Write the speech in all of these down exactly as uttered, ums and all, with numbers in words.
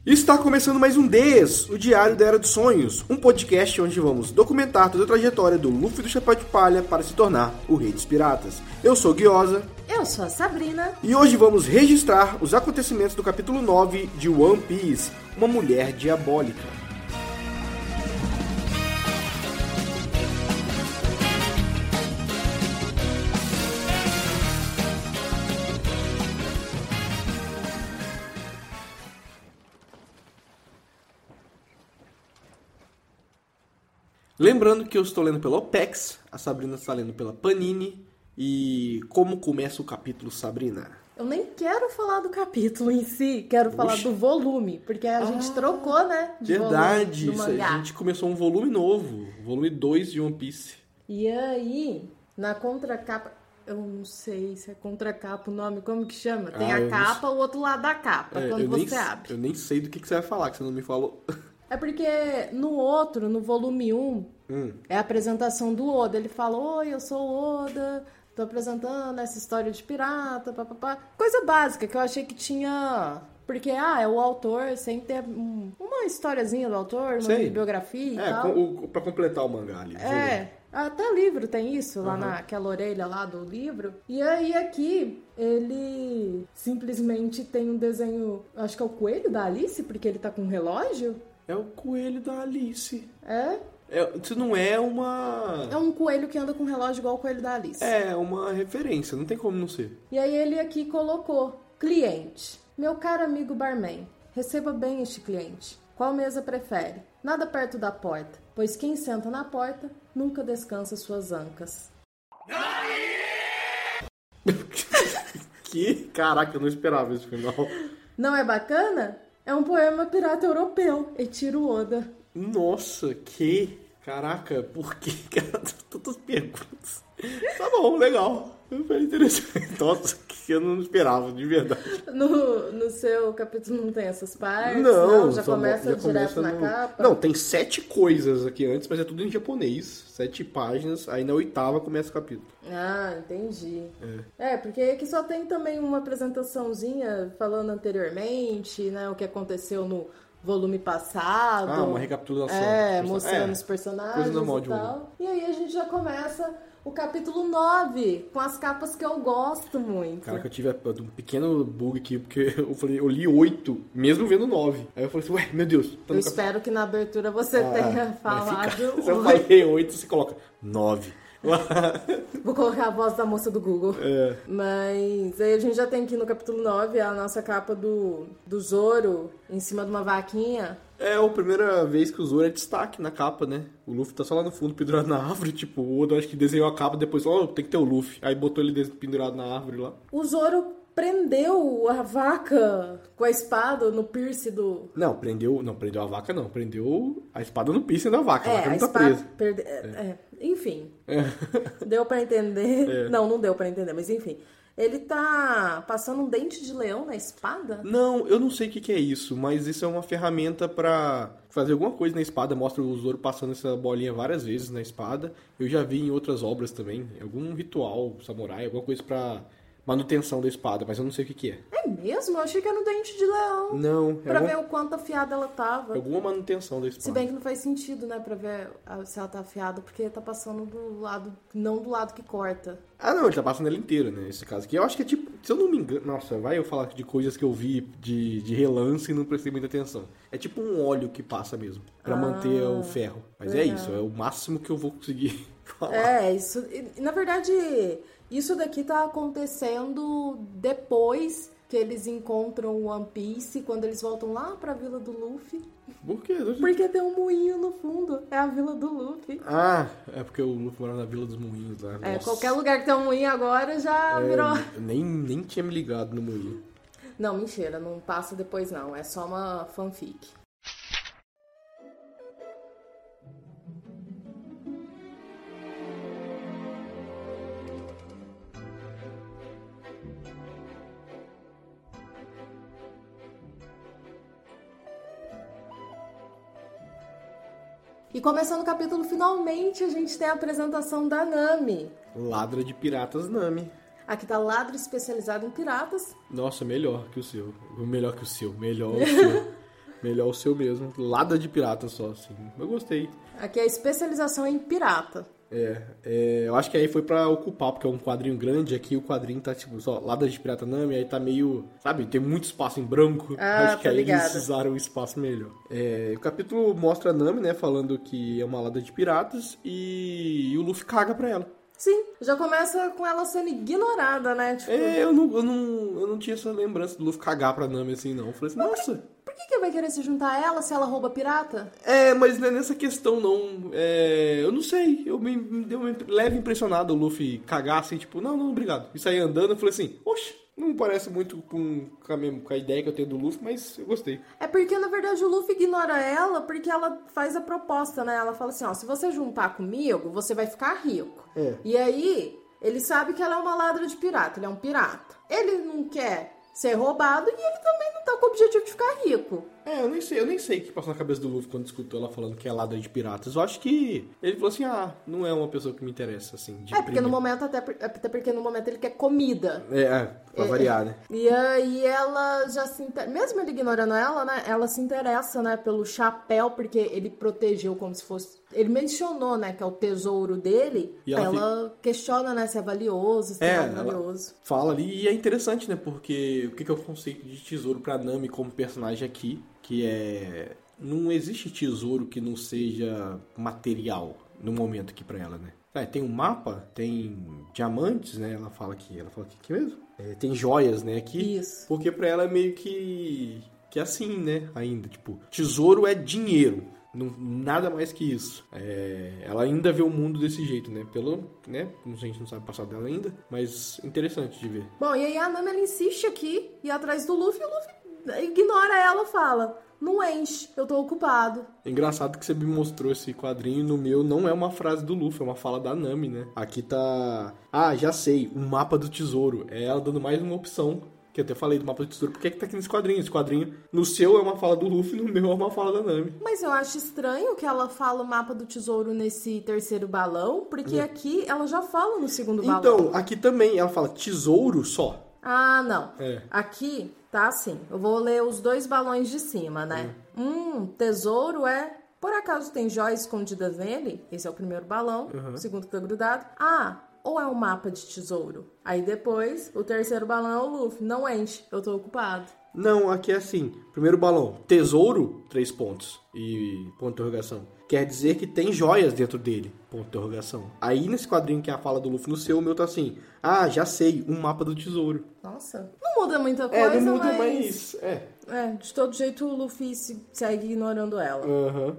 Está começando mais um Des, o Diário da Era dos Sonhos, um podcast onde vamos documentar toda a trajetória do Luffy do Chapéu de Palha para se tornar o Rei dos Piratas. Eu sou o Guiosa. Eu sou a Sabrina. E hoje vamos registrar os acontecimentos do capítulo nove de One Piece, Uma Mulher Diabólica. Lembrando que eu estou lendo pela OPEX, a Sabrina está lendo pela Panini. E como começa o capítulo, Sabrina? Eu nem quero falar do capítulo em si, quero Oxe. falar do volume, porque a ah, gente trocou, né? De verdade, volume do mangá. A gente começou um volume novo, volume dois de One Piece. E aí, na contracapa, eu não sei se é contracapa o nome, como que chama? Tem ah, a capa, o outro lado da capa, é, quando você nem, abre. Eu nem sei do que, que você vai falar, que você não me falou. É porque no outro, no volume um, hum. é a apresentação do Oda. Ele fala, oi, eu sou o Oda, tô apresentando essa história de pirata, papapá. Coisa básica que eu achei que tinha... Porque, ah, é o autor, sempre tem uma historiazinha do autor, uma Sei. biografia e é, tal. É, pra completar o mangá ali. É, até livro tem isso, lá uhum. naquela orelha lá do livro. E aí aqui, ele simplesmente tem um desenho, acho que é o coelho da Alice, porque ele tá com um relógio. É o coelho da Alice. É? é? Isso não é uma... É um coelho que anda com um relógio igual o coelho da Alice. É uma referência, não tem como não ser. E aí ele aqui colocou, cliente. Meu caro amigo barman, receba bem este cliente. Qual mesa prefere? Nada perto da porta, pois quem senta na porta nunca descansa suas ancas. Que? Caraca, eu não esperava esse final. Não é bacana? É um poema pirata europeu, Eiichiro Oda. Nossa, que... Caraca, por que, cara? Tantas perguntas. Tá bom, legal. Foi interessante. Nossa, que eu não esperava, de verdade. No, no seu capítulo não tem essas partes? Não, não já começa já direto começa na no... capa? Não, tem sete coisas aqui antes, mas é tudo em japonês. Sete páginas, aí na oitava começa o capítulo. Ah, entendi. É, é porque aqui só tem também uma apresentaçãozinha falando anteriormente, né, o que aconteceu no volume passado. Ah, uma recapitulação. É, mostrando é, os personagens coisa normal e de tal. volume. E aí a gente já começa... O capítulo nove, com as capas que eu gosto muito. Cara, que eu tive um pequeno bug aqui, porque eu falei, eu li oito, mesmo vendo nove. Aí eu falei assim, ué, meu Deus. Tá eu espero cap... que na abertura você ah, tenha falado... Ficar... Se eu falei oito, você coloca nove. Vou colocar a voz da moça do Google. É. Mas aí a gente já tem aqui no capítulo nove a nossa capa do, do Zoro em cima de uma vaquinha. É a primeira vez que o Zoro é destaque na capa, né? O Luffy tá só lá no fundo, pendurado na árvore. Tipo, o Oda acho que desenhou a capa, depois, ó, oh, tem que ter o Luffy. Aí botou ele pendurado na árvore lá. O Zoro prendeu a vaca com a espada no piercing do... Não, prendeu... Não, prendeu a vaca não. Prendeu a espada no piercing da vaca. A é, vaca não a tá espada presa. Perde... É. É. Enfim. É. Deu pra entender. É. Não, não deu pra entender, mas enfim. Ele tá passando um dente de leão na espada? Não, eu não sei o que, que é isso, mas isso é uma ferramenta pra fazer alguma coisa na espada. Mostra o Zoro passando essa bolinha várias vezes na espada. Eu já vi em outras obras também. Algum ritual samurai, alguma coisa pra manutenção da espada, mas eu não sei o que, que é. É mesmo? Eu achei que era um dente de leão. Não. É pra alguma... ver o quanto afiada ela tava. Alguma manutenção da espada. Se bem que não faz sentido, né, pra ver se ela tá afiada, porque tá passando do lado, não do lado que corta. Ah, não, ele tá passando ela inteira, né, nesse caso aqui. Eu acho que é tipo, se eu não me engano... Nossa, vai eu falar de coisas que eu vi de, de relance e não prestei muita atenção. É tipo um óleo que passa mesmo, pra ah, manter o ferro. Mas legal. É isso, é o máximo que eu vou conseguir falar. É, isso... Na verdade... Isso daqui tá acontecendo depois que eles encontram o One Piece, quando eles voltam lá pra Vila do Luffy. Por quê? Porque tem um moinho no fundo, é a Vila do Luffy. Ah, é porque o Luffy mora na Vila dos Moinhos lá. É, qualquer lugar que tem um moinho agora já é, virou... Nem, nem tinha me ligado no moinho. Não, mentira, não passa depois não, é só uma fanfic. E começando o capítulo, finalmente a gente tem a apresentação da Nami. Ladra de piratas Nami. Aqui tá ladro especializado em piratas. Nossa, melhor que o seu. Melhor que o seu. Melhor o seu. Melhor o seu mesmo. Lada de pirata só, assim. Eu gostei. Aqui é a especialização em pirata. É, é, eu acho que aí foi pra ocupar, porque é um quadrinho grande, aqui o quadrinho tá tipo, só Lada de Pirata Nami, aí tá meio, sabe, tem muito espaço em branco, ah, acho que aí ligada. eles usaram o espaço melhor. É, o capítulo mostra a Nami, né, falando que é uma Lada de Piratas e, e o Luffy caga pra ela. Sim, já começa com ela sendo ignorada, né? Tipo... É, eu não, eu, não, eu não tinha essa lembrança do Luffy cagar pra Nami assim, não. Eu falei assim, nossa... Por que que ele vai querer se juntar a ela se ela rouba pirata? É, mas não é nessa questão, não. É, eu não sei, eu me, me deu uma leve impressionada o Luffy cagar assim, tipo, não, não, obrigado. E sair andando, eu falei assim, oxe, não parece muito com, com, a mesma, com a ideia que eu tenho do Luffy, mas eu gostei. É porque, na verdade, o Luffy ignora ela porque ela faz a proposta, né? Ela fala assim, ó, se você juntar comigo, você vai ficar rico. É. E aí, ele sabe que ela é uma ladra de pirata, ele é um pirata. Ele não quer ser roubado e ele também não tá com o objetivo de ficar rico. É, eu nem sei, eu nem sei o que passou na cabeça do Luffy quando escutou ela falando que é ladra de piratas. Eu acho que ele falou assim, ah, não é uma pessoa que me interessa, assim, de É, porque primeiro. no momento, até, até porque no momento ele quer comida. É, é pra É, variar, né? E aí ela já se inter... mesmo ele ignorando ela, né, ela se interessa, né, pelo chapéu, porque ele protegeu como se fosse... Ele mencionou, né, que é o tesouro dele. E ela, ela ela questiona, né, se é valioso, se É, é ela valioso. fala ali e é interessante, né? Porque o que é o conceito de tesouro pra Nami como personagem aqui? Que é... Não existe tesouro que não seja material no momento aqui pra ela, né? É, tem um mapa, tem diamantes, né? Ela fala aqui, ela fala aqui, aqui mesmo? É, tem joias, né? Aqui. Isso. Porque pra ela é meio que... Que é assim, né? Ainda, tipo... Tesouro é dinheiro. Não, nada mais que isso. É, ela ainda vê o mundo desse jeito, né? Pelo, né? Não sei, a gente não sabe o passado dela ainda, mas interessante de ver. Bom, e aí a Nami, ela insiste aqui, e atrás do Luffy, e o Luffy ignora ela, fala, não enche, eu tô ocupado. É engraçado que você me mostrou esse quadrinho e no meu não é uma frase do Luffy, é uma fala da Nami, né? Aqui tá... Ah, já sei, um mapa do tesouro. É ela dando mais uma opção. Que eu até falei do mapa do tesouro, por que que tá aqui nesse quadrinho? Esse quadrinho, no seu é uma fala do Luffy, no meu é uma fala da Nami. Mas eu acho estranho que ela fala o mapa do tesouro nesse terceiro balão, porque Hum. aqui ela já fala no segundo balão. Então, aqui também ela fala tesouro só. Ah, não. É. Aqui tá assim, eu vou ler os dois balões de cima, né? Hum, tesouro é... Por acaso tem joias escondidas nele? Esse é o primeiro balão, o segundo que tá grudado. Ah... Ou é um mapa de tesouro? Aí depois, o terceiro balão é o Luffy. Não enche, eu tô ocupado. Não, aqui é assim. Primeiro balão, tesouro, três pontos. E ponto de interrogação. Quer dizer que tem joias dentro dele, ponto de interrogação. Aí nesse quadrinho que é a fala do Luffy no seu, o meu tá assim. Ah, já sei, um mapa do tesouro. Nossa, não muda muita coisa, É, não muda, mas... mas... É. É, de todo jeito o Luffy se- segue ignorando ela. Aham.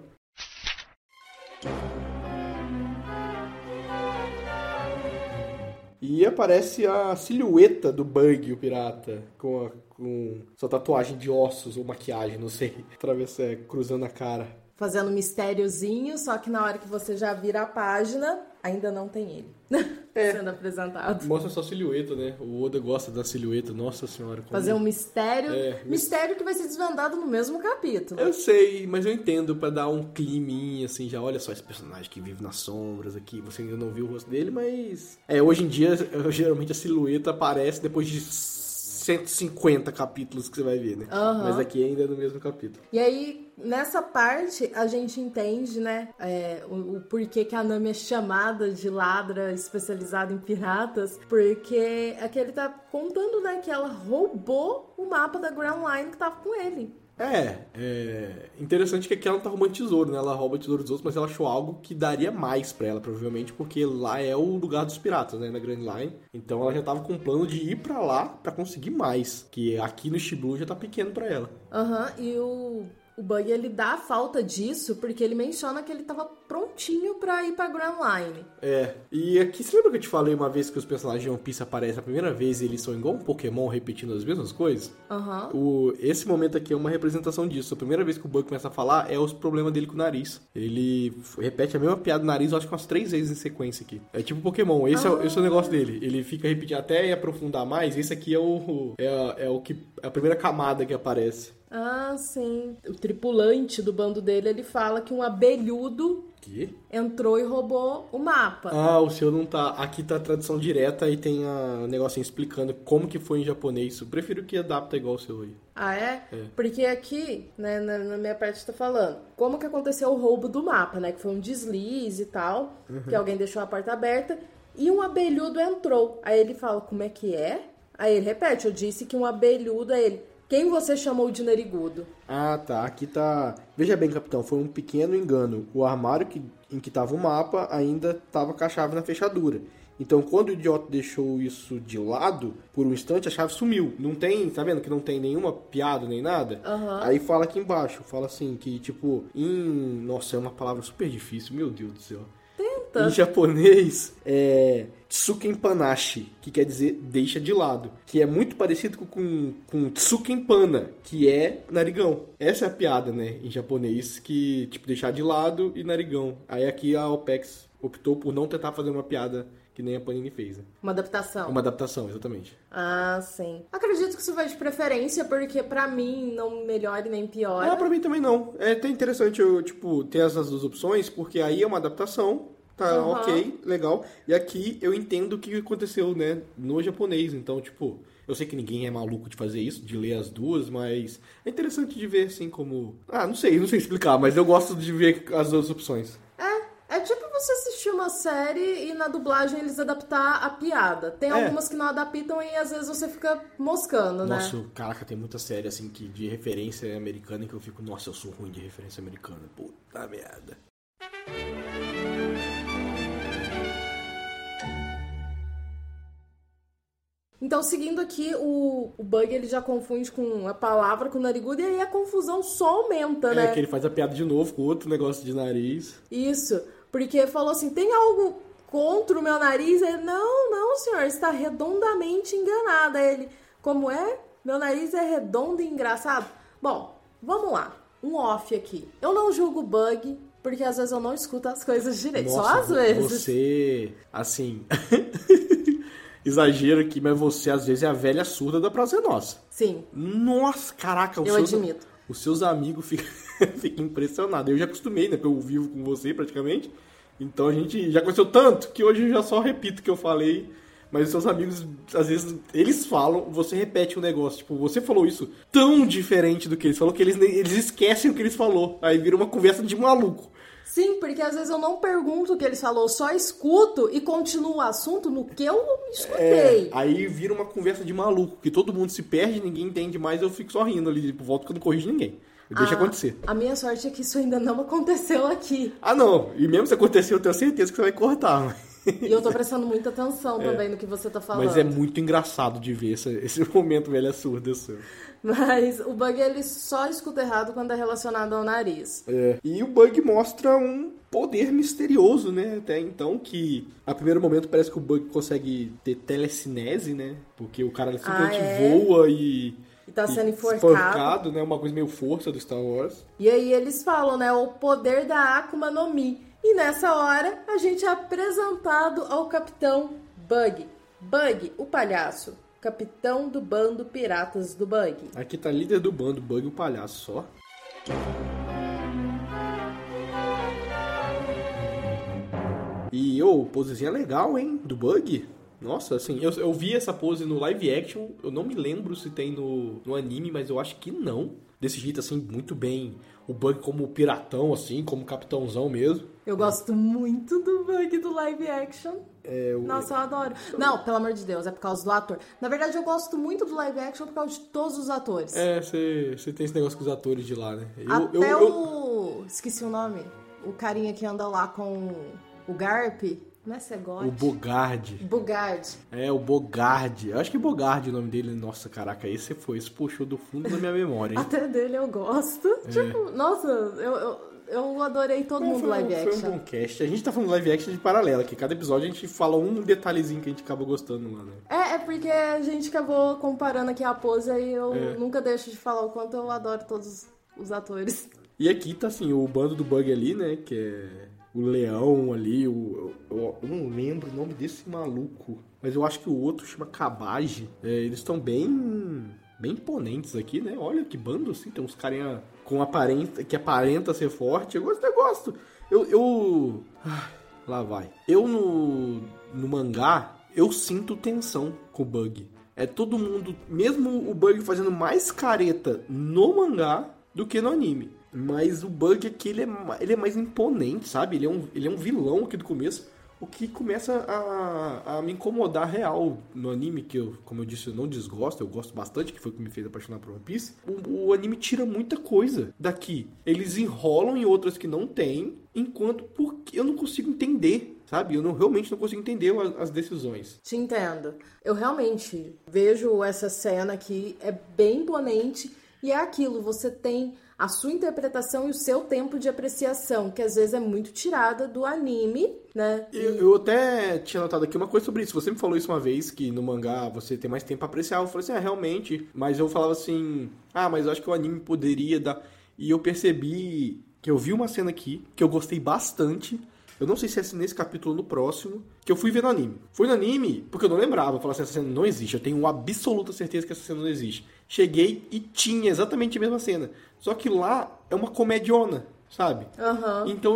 E aparece a silhueta do Bug, o pirata, com, a, com sua tatuagem de ossos ou maquiagem, não sei, atravessa, é, cruzando a cara. Fazendo um mistériozinho, só que na hora que você já vira a página, ainda não tem ele É. sendo apresentado. Mostra só a silhueta, né? O Oda gosta da silhueta, nossa senhora. Como... Fazer um mistério, É, mistério que vai ser desvendado no mesmo capítulo. Eu sei, mas eu entendo pra dar um climinha, assim, já olha só esse personagem que vive nas sombras aqui, você ainda não viu o rosto dele, mas... É, hoje em dia, geralmente a silhueta aparece depois de cento e cinquenta capítulos que você vai ver, né? Aham. Mas aqui ainda é no mesmo capítulo. E aí, nessa parte, a gente entende, né, é, o, o porquê que a Nami é chamada de ladra especializada em piratas, porque aqui ele tá contando, né, que ela roubou o mapa da Grand Line que tava com ele. É, é interessante que aqui ela não tá roubando tesouro, né? Ela rouba tesouro dos outros, mas ela achou algo que daria mais pra ela, provavelmente, porque lá é o lugar dos piratas, né? Na Grand Line. Então ela já tava com o plano de ir pra lá pra conseguir mais, que aqui no East Blue já tá pequeno pra ela. Aham, e o, o Bug, ele dá a falta disso, porque ele menciona que ele tava prontinho pra ir pra Grand Line. É, e aqui, você lembra que eu te falei uma vez que os personagens de One Piece aparecem a primeira vez e eles são igual um Pokémon repetindo as mesmas coisas? Aham. O, esse momento aqui é uma representação disso. A primeira vez que o Bug começa a falar é os problemas dele com o nariz. Ele f- repete a mesma piada do nariz, eu acho que umas três vezes em sequência aqui. É tipo Pokémon, esse, é, o- esse é o negócio dele. Ele fica repetindo até aprofundar mais. Esse aqui é o, é, a- é o que é a primeira camada que aparece. Ah, sim. O tripulante do bando dele, ele fala que um abelhudo Que? entrou e roubou o mapa. Ah, o seu não tá. Aqui tá a tradução direta e tem a- o negocinho explicando como que foi em japonês. Eu prefiro que adapta igual o seu aí. Ah, é? É. Porque aqui, né, na, na minha parte tá falando como que aconteceu o roubo do mapa, né? Que foi um deslize e tal, que alguém deixou a porta aberta e um abelhudo entrou. Aí ele fala, como é que é? Aí ele repete, eu disse que um abelhudo é ele. Quem você chamou de narigudo? Ah, tá. Aqui tá. Veja bem, capitão, foi um pequeno engano. O armário que, em que tava o mapa ainda tava com a chave na fechadura. Então, quando o idiota deixou isso de lado, por um instante a chave sumiu. Não tem, tá vendo que não tem nenhuma piada nem nada? Aham. Aí fala aqui embaixo, fala assim, que tipo, em. Nossa, é uma palavra super difícil, meu Deus do céu. Tenta. Em japonês é Tsukenpanashi, que quer dizer deixa de lado. Que é muito parecido com, com Tsukenpana, que é narigão. Essa é a piada, né, em japonês, que tipo deixar de lado e narigão. Aí aqui a OPEX optou por não tentar fazer uma piada que nem a Panini fez. Né? Uma adaptação. Uma adaptação, exatamente. Ah, sim. Acredito que isso vai de preferência, porque pra mim não melhora e nem piora. Ah, pra mim também não. É até interessante eu, tipo, ter essas duas opções, porque aí é uma adaptação, tá Uhum. ok, legal. E aqui eu entendo o que aconteceu, né, no japonês. Então, tipo, eu sei que ninguém é maluco de fazer isso, de ler as duas, mas é interessante de ver, assim, como... Ah, não sei, não sei explicar, mas eu gosto de ver as duas opções. É, é tipo você assistir uma série e na dublagem eles adaptar a piada. Tem É. algumas que não adaptam e às vezes você fica moscando, né? Nossa, caraca, tem muita série, assim, que de referência americana que eu fico... Nossa, eu sou ruim de referência americana. Puta merda. Então, seguindo aqui, o, o Bug ele já confunde com a palavra com o narigudo e aí a confusão só aumenta, né? É, que ele faz a piada de novo com outro negócio de nariz. Isso, porque falou assim, tem algo contra o meu nariz? Ele, não, não, senhor, está redondamente enganado. Aí ele, como é? Meu nariz é redondo e engraçado? Bom, vamos lá, um off aqui. Eu não julgo o Bug, porque às vezes eu não escuto as coisas direito, só às vezes. Você, assim... Exagero aqui, mas você às vezes é a velha surda da Praça é Nossa. Sim, Nossa, caraca. Os eu seus, admito. Os seus amigos ficam, ficam impressionados. Eu já acostumei, né? Porque eu vivo com você praticamente. Então a gente já conheceu tanto que hoje eu já só repito o que eu falei. Mas os seus amigos, às vezes, eles falam, você repete um negócio. Tipo, você falou isso tão diferente do que eles falou que eles, eles esquecem o que eles falou. Aí vira uma conversa de maluco. Sim, porque às vezes eu não pergunto o que ele falou, só escuto e continuo o assunto no que eu escutei. É, aí vira uma conversa de maluco, que todo mundo se perde, ninguém entende mais, eu fico só rindo ali, tipo, volto que eu não corrijo ninguém. Eu deixo Ah, acontecer. A minha sorte é que isso ainda não aconteceu aqui. Ah, não. E mesmo se acontecer, eu tenho certeza que você vai cortar. E eu tô prestando muita atenção também no que você tá falando. Mas é muito engraçado de ver esse, esse momento velha surda seu. Mas o Bug, ele só escuta errado quando é relacionado ao nariz. É. E o Bug mostra um poder misterioso, né? Até então, que a primeiro momento parece que o Bug consegue ter telecinese, né? Porque o cara simplesmente Ah, é? voa e... E tá sendo e enforcado. enforcado, né? Uma coisa meio força do Star Wars. E aí eles falam, né? O poder da Akuma no Mi. E nessa hora, a gente é apresentado ao Capitão Bug. Bug, o palhaço. Capitão do bando Piratas do Bug. Aqui tá líder do bando, Bug o palhaço, só. E, ô, posezinha legal, hein? Do Bug. Nossa, assim, eu, eu vi essa pose no live action. Eu não me lembro se tem no, no anime, mas eu acho que não. Desse jeito, assim, muito bem. O Bug como piratão, assim, como capitãozão mesmo. Eu gosto muito do Bug do live action. É, o... Nossa, eu adoro. Não, pelo amor de Deus, é por causa do ator. Na verdade, eu gosto muito do live action por causa de todos os atores. É, você tem esse negócio com os atores de lá, né? Eu, Até eu, eu... o... Esqueci o nome. O carinha que anda lá com o Garp. Não é Segote? O Bogard. Bogard. É, o Bogard. Eu acho que é Bogard o nome dele. Nossa, caraca, esse foi. Esse puxou do fundo da minha memória, hein? Até dele eu gosto. É. Tipo, nossa, eu, eu, eu adorei todo Não, mundo foi, live foi action. Foi um bom cast. A gente tá falando live action de paralela, que cada episódio a gente fala um detalhezinho que a gente acaba gostando lá, né? É, é porque a gente acabou comparando aqui a pose e eu É. nunca deixo de falar o quanto eu adoro todos os atores. E aqui tá assim, o bando do Bug ali, né? Que é o leão ali, o, eu, eu não lembro o nome desse maluco. Mas eu acho que o outro chama Kabage. É, eles estão bem bem imponentes aqui, né? Olha que bando, assim, tem uns carinha com aparenta, que aparenta ser forte. Eu gosto, eu gosto. Eu... eu... Ah, lá vai. Eu no, no mangá, eu sinto tensão com o Bug. É todo mundo, mesmo o Bug fazendo mais careta no mangá do que no anime. Mas o Bug aqui, ele é, ele é mais imponente, sabe? Ele é, um, ele é um vilão aqui do começo. O que começa a, a me incomodar real no anime, que eu, como eu disse, eu não desgosto, eu gosto bastante, que foi o que me fez apaixonar por One Piece. O, o anime tira muita coisa daqui. Eles enrolam em outras que não tem, enquanto porque eu não consigo entender, sabe? Eu não, realmente não consigo entender as, as decisões. Te entendo. Eu realmente vejo essa cena aqui, é bem imponente, e é aquilo, você tem a sua interpretação e o seu tempo de apreciação, que às vezes é muito tirada do anime, né? E... Eu, eu até tinha notado aqui uma coisa sobre isso. Você me falou isso uma vez, que no mangá você tem mais tempo pra apreciar. Eu falei assim, ah, realmente. Mas eu falava assim, ah, mas eu acho que o anime poderia dar... E eu percebi que eu vi uma cena aqui, que eu gostei bastante. Eu não sei se é nesse capítulo ou no próximo, que eu fui ver no anime. Fui no anime porque eu não lembrava. Eu falei assim, essa cena não existe. Eu tenho uma absoluta certeza que essa cena não existe. Cheguei e tinha exatamente a mesma cena. Só que lá é uma comediona, sabe? Uhum. Então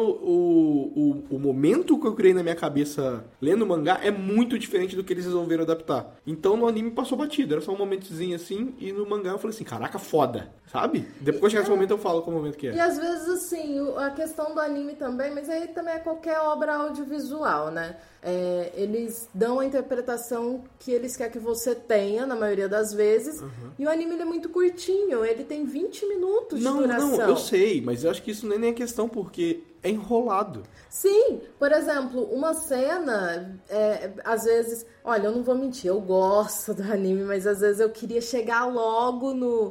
o, o, o momento que eu criei na minha cabeça lendo o mangá é muito diferente do que eles resolveram adaptar. Então no anime passou batido. Era só um momentozinho assim. E no mangá eu falei assim, caraca, foda. Sabe? Depois que chegar esse momento eu falo qual momento que é. E às vezes, assim, a questão do anime também, mas aí também é qualquer obra audiovisual, né? É, eles dão a interpretação que eles querem que você tenha, na maioria das vezes. Uhum. E o anime ele é muito curtinho, ele tem vinte minutos não, de duração. Não, eu sei, mas eu acho que isso não é nem a questão, porque é enrolado. Sim, por exemplo, uma cena, é, às vezes... Olha, eu não vou mentir, eu gosto do anime, mas às vezes eu queria chegar logo no...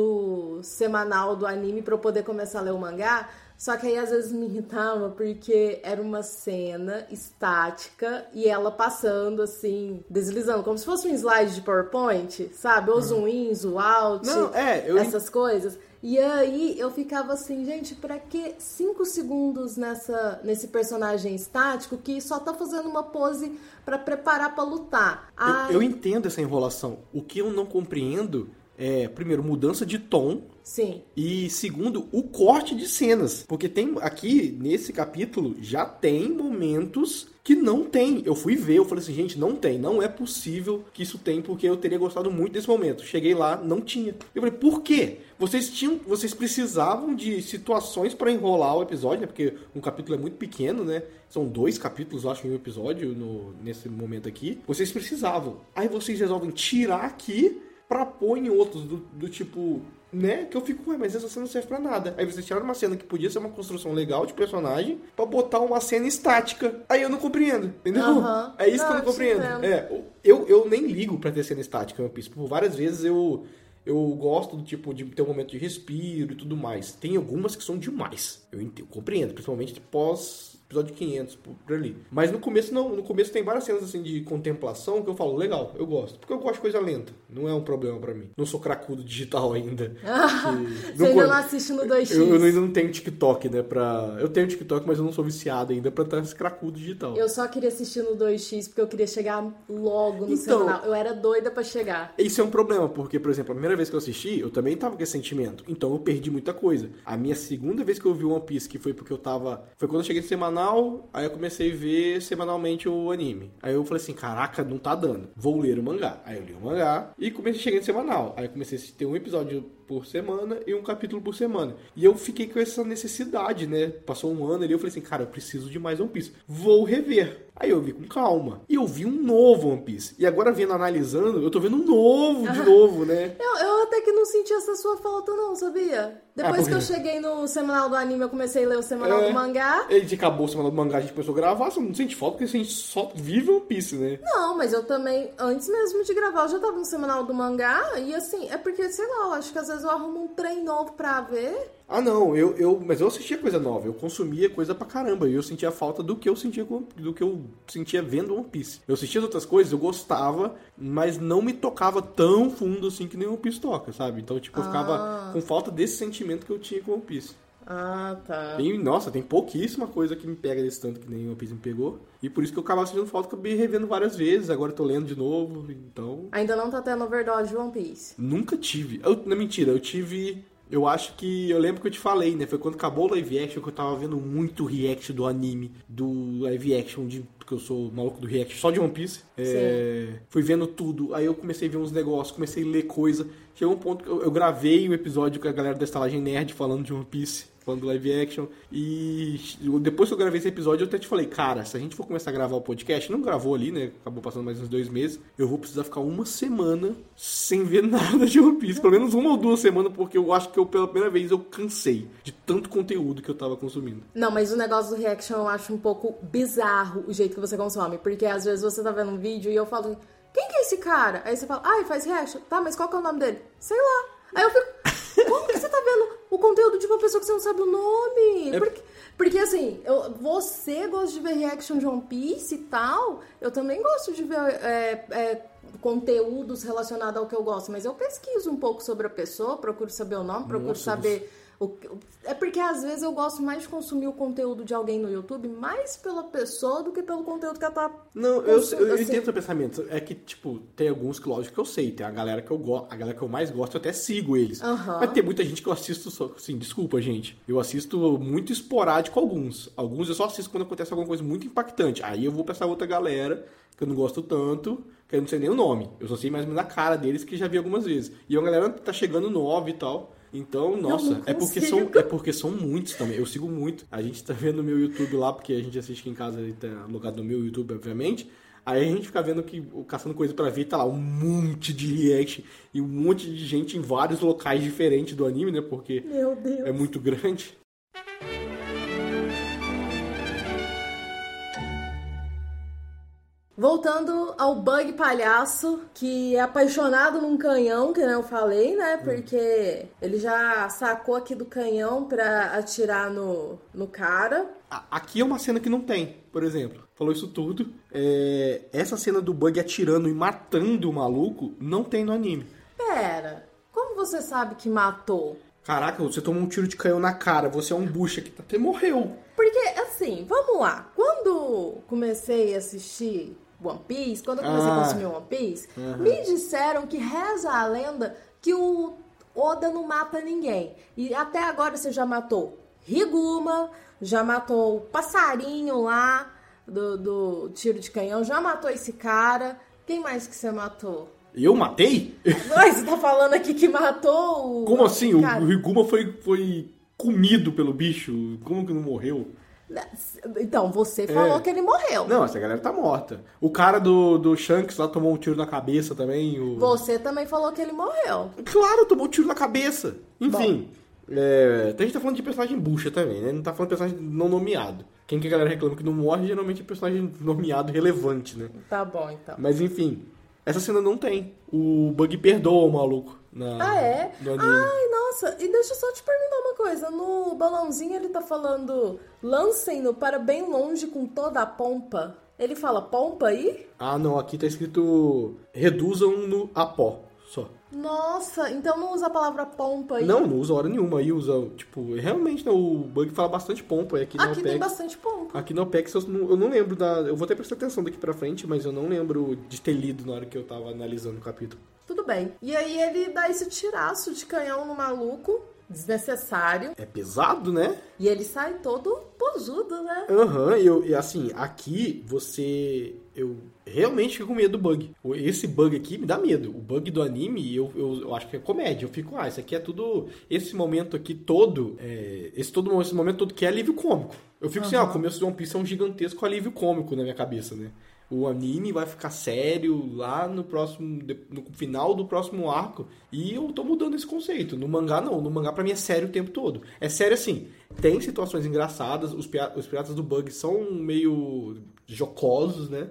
no semanal do anime pra eu poder começar a ler o mangá, só que aí às vezes me irritava porque era uma cena estática e ela passando assim, deslizando, como se fosse um slide de PowerPoint, sabe? O zoom in, zoom out, Não, é, eu... essas coisas. E aí eu ficava assim, gente, pra que cinco segundos nessa, nesse personagem estático que só tá fazendo uma pose pra preparar pra lutar? Ai... Eu, eu entendo essa enrolação. O que eu não compreendo é, primeiro, mudança de tom. Sim. E segundo, o corte de cenas. Porque tem aqui, nesse capítulo, já tem momentos que não tem. Eu fui ver, eu falei assim, gente, não tem. Não é possível que isso tem, porque eu teria gostado muito desse momento. Cheguei lá, não tinha. Eu falei, por quê? Vocês tinham, vocês precisavam de situações para enrolar o episódio, né? Porque um capítulo é muito pequeno, né? São dois capítulos, eu acho, em um episódio, no, nesse momento aqui. Vocês precisavam. Aí vocês resolvem tirar aqui pra pôr em outros, do, do tipo, né? Que eu fico, ué, mas essa cena não serve pra nada. Aí vocês tiraram uma cena que podia ser uma construção legal de personagem pra botar uma cena estática. Aí eu não compreendo, entendeu? Uhum. É isso não, que eu não compreendo. Entendo. É, eu, eu nem ligo pra ter cena estática, eu Por várias vezes eu, eu gosto do tipo de ter um momento de respiro e tudo mais. Tem algumas que são demais. Eu, entendo, eu compreendo, principalmente pós episódio quinhentos, por, por ali. Mas no começo não, no começo tem várias cenas assim de contemplação que eu falo, legal, eu gosto. Porque eu gosto de coisa lenta, não é um problema pra mim. Não sou cracudo digital ainda. Você ainda não assiste no dois x. Eu, eu ainda não tenho TikTok, né, pra... Eu tenho TikTok, mas eu não sou viciado ainda pra estar esse cracudo digital. Eu só queria assistir no dois x porque eu queria chegar logo no então, semanal. Eu era doida pra chegar. Isso é um problema, porque, por exemplo, a primeira vez que eu assisti, eu também tava com esse sentimento. Então eu perdi muita coisa. A minha segunda vez que eu vi One Piece, que foi porque eu tava... Foi quando eu cheguei no semanal, aí eu comecei a ver semanalmente o anime. Aí eu falei assim, caraca, não tá dando. Vou ler o mangá. Aí eu li o mangá e comecei a chegar no semanal. Aí eu comecei a ter um episódio por semana e um capítulo por semana. E eu fiquei com essa necessidade, né? Passou um ano ali, eu falei assim, cara, eu preciso de mais One Piece. Vou rever. Aí eu vi com calma. E eu vi um novo One Piece. E agora vendo, analisando, eu tô vendo um novo de novo, né? Eu, eu até que não senti essa sua falta não, sabia? Depois ah, que eu cheguei no semanal do anime, eu comecei a ler o semanal é, do mangá. A gente acabou o semanal do mangá, a gente começou a gravar, só não sente falta porque a gente só vive One Piece, né? Não, mas eu também, antes mesmo de gravar, eu já tava no semanal do mangá. E assim, é porque, sei lá, eu acho que às vezes eu arrumo um trem novo pra ver. Ah, não, eu, eu, mas eu assistia coisa nova, eu consumia coisa pra caramba, e eu sentia falta do que eu sentia do que eu sentia vendo One Piece. Eu assistia outras coisas, eu gostava, mas não me tocava tão fundo assim que nem One Piece toca, sabe? Então, tipo, eu ficava ah. com falta desse sentimento que eu tinha com One Piece. Ah, tá. Tem, nossa, tem pouquíssima coisa que me pega desse tanto que nem One Piece me pegou. E por isso que eu acabava sentindo falta, que eu acabei revendo várias vezes. Agora eu tô lendo de novo, então... Ainda não tá tendo overdose de One Piece? Nunca tive. Eu, não, mentira, eu tive... Eu acho que... Eu lembro que eu te falei, né? Foi quando acabou o live action que eu tava vendo muito react do anime. Do live action, de, porque eu sou maluco do react só de One Piece. É, fui vendo tudo. Aí eu comecei a ver uns negócios, comecei a ler coisa. Chegou um ponto que eu, eu gravei um episódio com a galera da Estalagem Nerd falando de One Piece. Falando do live action. E depois que eu gravei esse episódio, eu até te falei, cara, se a gente for começar a gravar o podcast, não gravou ali, né? Acabou passando mais uns dois meses. Eu vou precisar ficar uma semana sem ver nada de One Piece. Pelo menos uma ou duas semanas, porque eu acho que eu, pela primeira vez, eu cansei de tanto conteúdo que eu tava consumindo. Não, mas o negócio do reaction eu acho um pouco bizarro o jeito que você consome. Porque às vezes você tá vendo um vídeo e eu falo, quem que é esse cara? Aí você fala, ah, ele faz reaction. Tá, mas qual que é o nome dele? Sei lá. Aí eu fico, como que você tá vendo o conteúdo de uma pessoa que você não sabe o nome? É... Porque, porque assim, eu, você gosta de ver reaction de One Piece e tal, eu também gosto de ver é, é, conteúdos relacionados ao que eu gosto, mas eu pesquiso um pouco sobre a pessoa, procuro saber o nome, procuro Nossa, saber... O, é porque às vezes eu gosto mais de consumir o conteúdo de alguém no YouTube mais pela pessoa do que pelo conteúdo que ela tá... Não, eu, eu, eu assim. entendo o seu pensamento. É que, tipo, tem alguns que, lógico, que eu sei. Tem a galera que eu gosto, a galera que eu mais gosto, eu até sigo eles. Uhum. Mas tem muita gente que eu assisto só, assim, desculpa, gente. Eu assisto muito esporádico alguns. Alguns eu só assisto quando acontece alguma coisa muito impactante. Aí eu vou pra essa outra galera que eu não gosto tanto, que eu não sei nem o nome. Eu só sei mais ou menos a cara deles, que já vi algumas vezes. E a galera tá chegando nova e tal... Então, nossa, é porque, são, é porque são muitos também. Eu sigo muito. A gente tá vendo no meu YouTube lá, porque a gente assiste aqui em casa, ele tá alugado no meu YouTube, obviamente. Aí a gente fica vendo que, caçando coisa pra ver, tá lá um monte de react e um monte de gente em vários locais diferentes do anime, né? Porque meu Deus, é muito grande. Voltando ao Bug Palhaço, que é apaixonado num canhão, que eu falei, né? Porque ele já sacou aqui do canhão pra atirar no, no cara. Aqui é uma cena que não tem, por exemplo. Falou isso tudo. É... Essa cena do Bug atirando e matando o maluco não tem no anime. Pera, como você sabe que matou? Caraca, você tomou um tiro de canhão na cara, você é um bucha que até morreu. Porque, assim, vamos lá. Quando comecei a assistir One Piece, quando eu comecei ah, a consumir One Piece, uh-huh. me disseram que reza a lenda que o Oda não mata ninguém. E até agora você já matou Higuma, já matou o passarinho lá do, do tiro de canhão, já matou esse cara. Quem mais que você matou? Eu matei? Mas você tá falando aqui que matou o... Como assim? O, o Higuma foi, foi comido pelo bicho? Como que não morreu? Então, você falou é. que ele morreu. Não, essa galera tá morta. O cara do, do Shanks lá tomou um tiro na cabeça também. O... Você também falou que ele morreu. Claro, tomou um tiro na cabeça. Enfim, é, a gente tá falando de personagem bucha também, né? Não tá falando de personagem não nomeado. Quem que a galera reclama que não morre, geralmente é personagem nomeado relevante, né? Tá bom, então. Mas enfim, essa cena não tem. O Bug perdoa o maluco. Na, ah, é? Ai, nossa. E deixa eu só te perguntar uma coisa. No balãozinho ele tá falando lancem-no para bem longe com toda a pompa. Ele fala pompa aí? Ah, não. Aqui tá escrito reduzam-no a pó. Só. Nossa, então não usa a palavra pompa aí? Não, não usa hora nenhuma. Aí usa, tipo, realmente, né, o Bug fala bastante pompa. Aqui, no aqui tem bastante pompa. Aqui no Opex eu não, eu não lembro da... Eu vou até prestar atenção daqui pra frente, mas eu não lembro de ter lido na hora que eu tava analisando o capítulo. Tudo bem. E aí ele dá esse tiraço de canhão no maluco, desnecessário. É pesado, né? E ele sai todo posudo, né? Aham, uhum, e assim, aqui você... Eu realmente fico com medo do Bug. Esse Bug aqui me dá medo. O Bug do anime, eu, eu, eu acho que é comédia. Eu fico, ah, isso aqui é tudo... Esse momento aqui todo, é, esse, todo, esse momento todo que é alívio cômico. Eu fico uhum. assim, ah, o começo de One Piece é um gigantesco alívio cômico na minha cabeça, né? O anime vai ficar sério lá no próximo, no final do próximo arco. E eu tô mudando esse conceito. No mangá, não. No mangá, pra mim, é sério o tempo todo. É sério assim. Tem situações engraçadas. Os, pia- os piratas do Bug são meio jocosos, né?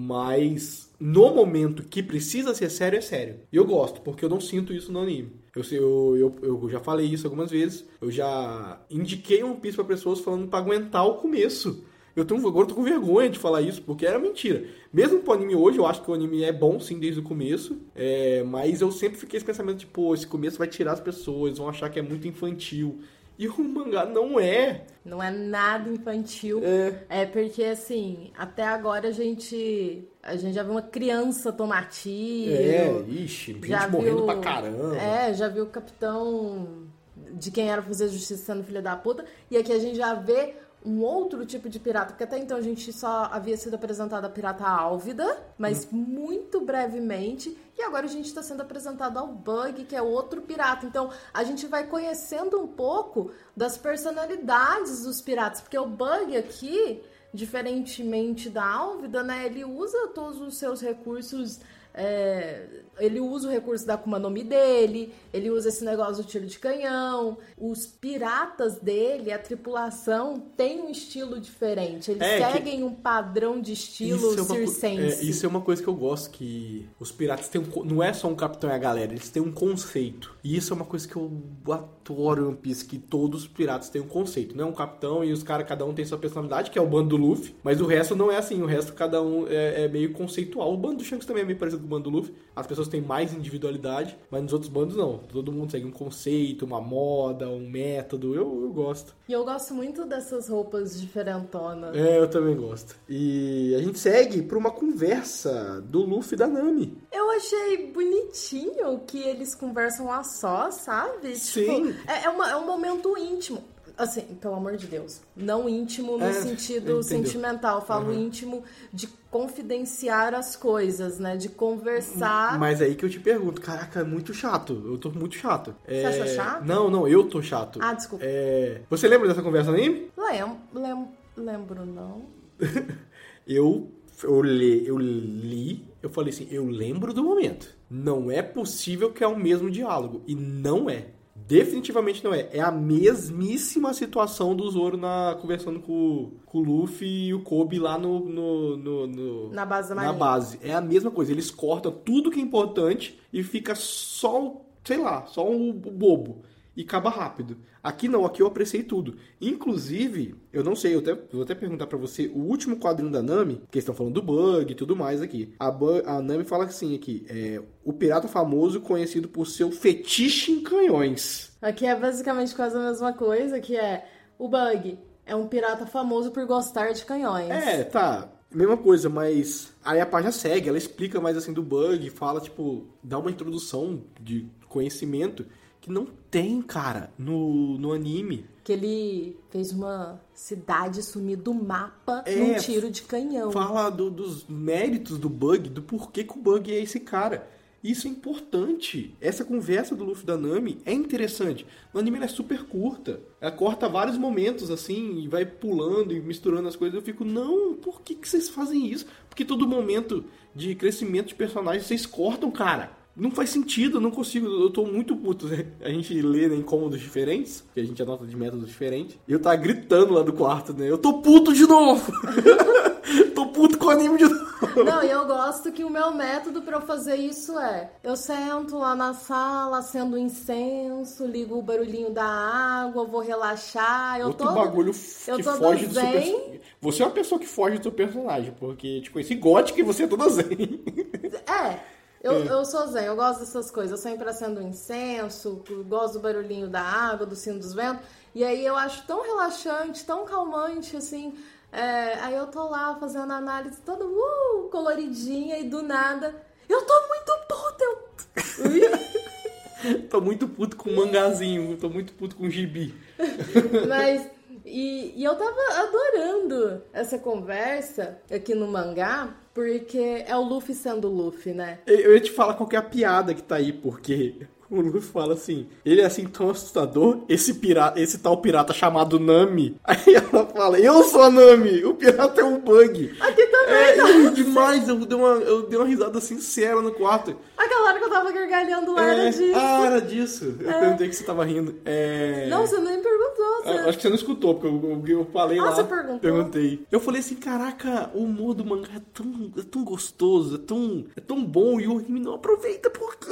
Mas no momento que precisa ser sério, é sério. E eu gosto, porque eu não sinto isso no anime. Eu, eu, eu, eu já falei isso algumas vezes. Eu já indiquei One Piece pra pessoas falando pra aguentar o começo. Eu tenho, agora eu tô com vergonha de falar isso, porque era mentira. Mesmo pro anime hoje, eu acho que o anime é bom, sim, desde o começo. É, mas eu sempre fiquei esse pensamento de, pô, esse começo vai tirar as pessoas, vão achar que é muito infantil. E o mangá não é. Não é nada infantil. É. É porque, assim, até agora a gente... A gente já viu uma criança tomar tiro. É, ixi, gente já morrendo viu, pra caramba. É, já viu o capitão de quem era fazer justiça sendo filho da puta. E aqui a gente já vê um outro tipo de pirata, porque até então a gente só havia sido apresentado a pirata Álvida, mas hum. muito brevemente, e agora a gente está sendo apresentado ao Bug, que é outro pirata. Então a gente vai conhecendo um pouco das personalidades dos piratas, porque o Bug aqui, diferentemente da Álvida, né, ele usa todos os seus recursos. É, ele usa o recurso da Akuma no Mi dele, ele usa esse negócio do tiro de canhão. Os piratas dele, a tripulação, tem um estilo diferente. Eles é, seguem que... um padrão de estilo isso é circense. É, isso é uma coisa que eu gosto, que os piratas têm um, não é só um capitão e a galera, eles têm um conceito. E isso é uma coisa que eu adoro em One Piece, que todos os piratas têm um conceito. Não é um capitão e os caras, cada um tem sua personalidade, que é o bando do Luffy, mas o resto não é assim. O resto, cada um é, é meio conceitual. O bando do Shanks também é meio parecido com o bando do Luffy. As pessoas têm mais individualidade, mas nos outros bandos não. Todo mundo segue um conceito, uma moda, um método. Eu, eu gosto. E eu gosto muito dessas roupas diferentonas. É, eu também gosto. E a gente segue pra uma conversa do Luffy e da Nami. Eu achei bonitinho que eles conversam a só, sabe? Sim. Tipo, é, é, uma, é um momento íntimo. Assim, pelo amor de Deus. Não íntimo no é, sentido sentimental. Eu falo uhum. íntimo de confidenciar as coisas, né? De conversar. Mas aí que eu te pergunto, caraca, é muito chato. Eu tô muito chato. Você é... achou chato? Não, não, eu tô chato. Ah, desculpa. É... Você lembra dessa conversa no anime? Lembro, lembro, lembro não. eu, eu, li, eu li, eu falei assim, eu lembro do momento. Não é possível que é o mesmo diálogo. E não é. Definitivamente não é. É a mesmíssima situação do Zoro na, conversando com, com o Luffy e o Kobe lá no, no, no, no na base da na marinha. base. É a mesma coisa. Eles cortam tudo que é importante e fica só, sei lá, só o, o bobo. E acaba rápido. Aqui não, aqui eu apreciei tudo. Inclusive, eu não sei, eu até, vou até perguntar pra você, o último quadrinho da Nami, que eles estão falando do Bug e tudo mais aqui. A, Bug, a Nami fala assim aqui, é, o pirata famoso conhecido por seu fetiche em canhões. Aqui é basicamente quase a mesma coisa, que é o Bug é um pirata famoso por gostar de canhões. É, tá. Mesma coisa, mas aí a página segue, ela explica mais assim do Bug, fala, tipo, dá uma introdução de conhecimento que não tem, cara, no, no anime. Que ele fez uma cidade sumir do mapa é, num tiro de canhão. Fala do, dos méritos do Bug, do porquê que o Bug é esse cara. Isso é importante. Essa conversa do Luffy e da Nami é interessante. No anime ela é super curta. Ela corta vários momentos, assim, e vai pulando e misturando as coisas. Eu fico, não, por que, que vocês fazem isso? Porque todo momento de crescimento de personagem vocês cortam, cara. Não faz sentido, eu não consigo, eu tô muito puto, né? A gente lê né, em cômodos diferentes, que a gente anota de métodos diferentes, e eu tava gritando lá do quarto, né? Eu tô puto de novo! Tô puto com o anime de novo! Não, e eu gosto que o meu método pra eu fazer isso é, eu sento lá na sala, acendo incenso, ligo o barulhinho da água, vou relaxar, eu Outro tô... bagulho eu que tô foge do seu zen. personagem. Você é uma pessoa que foge do seu personagem, porque, tipo, esse gótico e você é toda zen. É... Eu, é. eu sou zen, eu gosto dessas coisas. Eu sempre acendo um incenso, gosto do barulhinho da água, do sino dos ventos. E aí eu acho tão relaxante, tão calmante, assim. É, aí eu tô lá fazendo análise toda uh, coloridinha e do nada... Eu tô muito puta! Eu... Tô muito puto com o mangazinho, tô muito puto com o gibi. Mas... E, e eu tava adorando essa conversa aqui no mangá, porque é o Luffy sendo o Luffy, né? Eu ia te falar qual que é a piada que tá aí, porque o Luffy fala assim, ele é assim tão assustador, esse, pirata, esse tal pirata chamado Nami. Aí ela fala, eu sou a Nami, o pirata é um Bug. Aqui também, é, não. Eu ri demais, eu dei, uma, eu dei uma risada sincera no quarto. Aquela hora que eu tava gargalhando lá é, era disso. Ah, era disso. Eu é. perguntei que você tava rindo. É... Não, você nem perguntou. Você... Acho que você não escutou, porque eu, eu, eu falei ah, lá. Você perguntou? Perguntei. Eu falei assim, caraca, o humor do mangá é tão, é tão gostoso, é tão, é tão bom, e o anime não aproveita, por quê?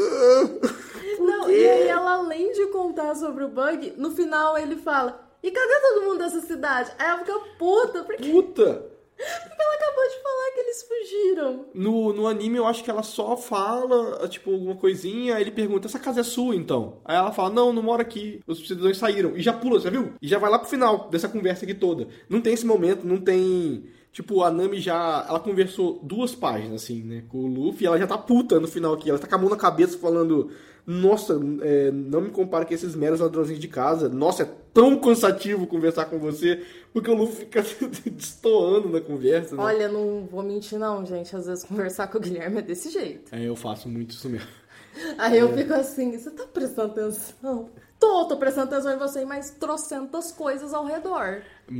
Por não, quê? E aí ela, além de contar sobre o Bug, no final ele fala, e cadê todo mundo dessa cidade? Aí ela fica puta, porque... Puta! Porque ela acabou de falar que eles fugiram. No, no anime eu acho que ela só fala, tipo, alguma coisinha, aí ele pergunta, essa casa é sua então? Aí ela fala, não, não moro aqui, os cidadãos saíram. E já pula, você viu? E já vai lá pro final dessa conversa aqui toda. Não tem esse momento, não tem... Tipo, a Nami já... Ela conversou duas páginas, assim, né? Com o Luffy e ela já tá puta no final aqui. Ela tá com a mão na cabeça falando... Nossa, é, não me compara com esses meros ladrõezinhos de casa. Nossa, é tão cansativo conversar com você. Porque o Luffy fica destoando na conversa, né? Olha, não vou mentir não, gente. Às vezes conversar com o Guilherme é desse jeito. É, eu faço muito isso mesmo. Aí eu fico assim, você tá prestando atenção? Tô, tô prestando atenção em você, mas trocentas coisas ao redor.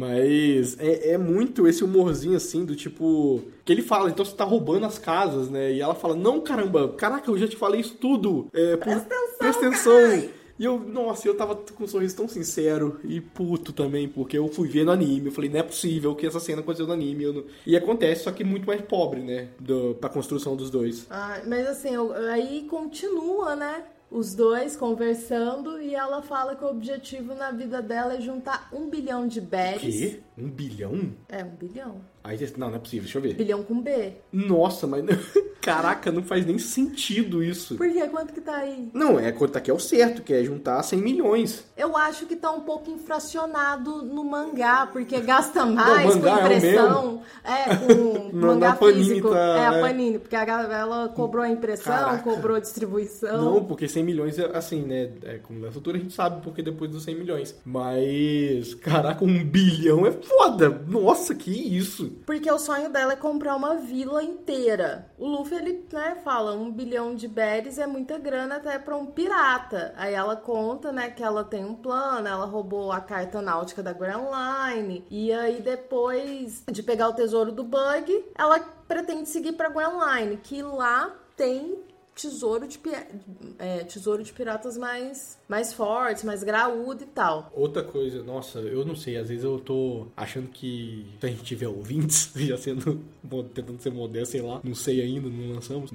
Mas é, é muito esse humorzinho assim, do tipo... Que ele fala, então você tá roubando as casas, né? E ela fala, não, caramba, caraca, eu já te falei isso tudo. É, presta por, atenção, presta atenção. E eu, nossa, eu tava com um sorriso tão sincero e puto também, porque eu fui ver no anime, eu falei, não é possível que essa cena aconteceu no anime. Eu não... E acontece, só que muito mais pobre, né? Do, pra construção dos dois. Ah, mas assim, eu, aí continua, né? Os dois conversando e ela fala que o objetivo na vida dela é juntar um bilhão de berries. Quê? Um bilhão? É, um bilhão. Aí, não, não é possível, deixa eu ver. Bilhão com B. Nossa, mas... Caraca, não faz nem sentido isso. Por quê? Quanto que tá aí? Não, é quanto aqui é o certo, que é juntar cem milhões. Eu acho que tá um pouco infracionado no mangá, porque gasta mais não, com impressão. É, é com mangá físico. Tá, é, a Panini, porque a, ela cobrou a impressão, Caraca. cobrou a distribuição. Não, porque cem milhões, assim, né? É, como na futura a gente sabe, porque depois dos cem milhões. Mas, caraca, um bilhão é foda. Nossa, que isso. Porque o sonho dela é comprar uma vila inteira. O Luffy, ele, né, fala, um bilhão de berries é muita grana até pra um pirata. Aí ela conta, né, que ela tem um plano, ela roubou a carta náutica da Grand Line. E aí, depois de pegar o tesouro do Bug, ela pretende seguir pra Grand Line, que lá tem... Tesouro de, é, tesouro de piratas mais, mais fortes, mais graúdo e tal. Outra coisa, nossa, eu não sei, às vezes eu tô achando que se a gente tiver ouvintes, já sendo, tentando ser modesto, sei lá, não sei ainda, não lançamos,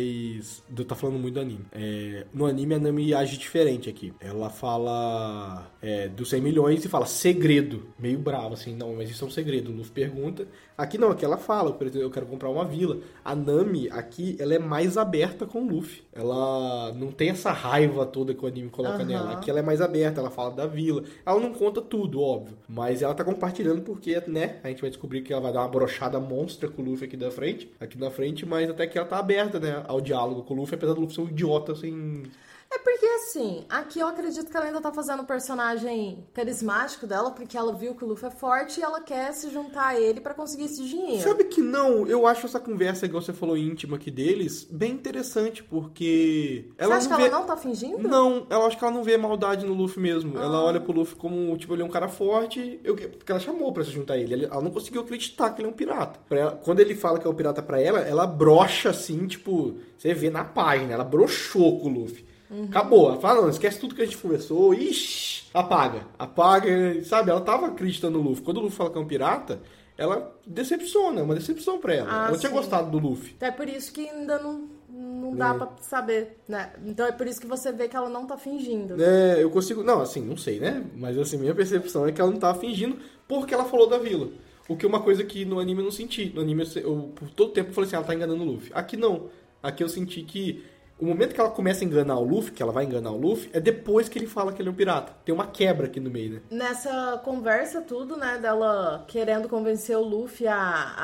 mas eu tô falando muito do anime. É, no anime a Nami age diferente aqui. Ela fala é, dos cem milhões e fala segredo, meio bravo assim, não, mas isso é um segredo. O Luffy pergunta, aqui não, aqui ela fala, por exemplo, eu quero comprar uma vila. A Nami aqui, ela é mais aberta com o Luffy. Ela não tem essa raiva toda que o anime coloca uhum. nela. Aqui ela é mais aberta, ela fala da vila. Ela não conta tudo, óbvio. Mas ela tá compartilhando porque, né, a gente vai descobrir que ela vai dar uma brochada monstra com o Luffy aqui da frente. Aqui na frente, mas até que ela tá aberta, né, ao diálogo com o Luffy, apesar do Luffy ser um idiota, assim... É porque, assim, aqui eu acredito que ela ainda tá fazendo o personagem carismático dela, porque ela viu que o Luffy é forte e ela quer se juntar a ele pra conseguir esse dinheiro. Sabe que não? Eu acho essa conversa, igual você falou, íntima aqui deles, bem interessante, porque... Ela você acha não que vê... ela não tá fingindo? Não, ela acha que ela não vê maldade no Luffy mesmo. Ah. Ela olha pro Luffy como, tipo, ele é um cara forte, eu... porque ela chamou pra se juntar a ele. Ela não conseguiu acreditar que ele é um pirata. Ela... Quando ele fala que é um pirata pra ela, ela brocha assim, tipo... Você vê na página, ela broxou com o Luffy. Uhum. Acabou. Ela fala, não, esquece tudo que a gente conversou. Ixi, apaga. Apaga, sabe? Ela tava acreditando no Luffy. Quando o Luffy fala que é um pirata, ela decepciona. É uma decepção pra ela. Ah, ela sim. tinha gostado do Luffy. Então é por isso que ainda não, não dá é. pra saber, né? Então é por isso que você vê que ela não tá fingindo. É, eu consigo... Não, assim, não sei, né? Mas assim, minha percepção é que ela não tava fingindo porque ela falou da vila. O que é uma coisa que no anime eu não senti. No anime eu, eu por todo tempo eu falei assim, ela tá enganando o Luffy. Aqui não. Aqui eu senti que o momento que ela começa a enganar o Luffy, que ela vai enganar o Luffy, é depois que ele fala que ele é um pirata. Tem uma quebra aqui no meio, né? Nessa conversa tudo, né, dela querendo convencer o Luffy a,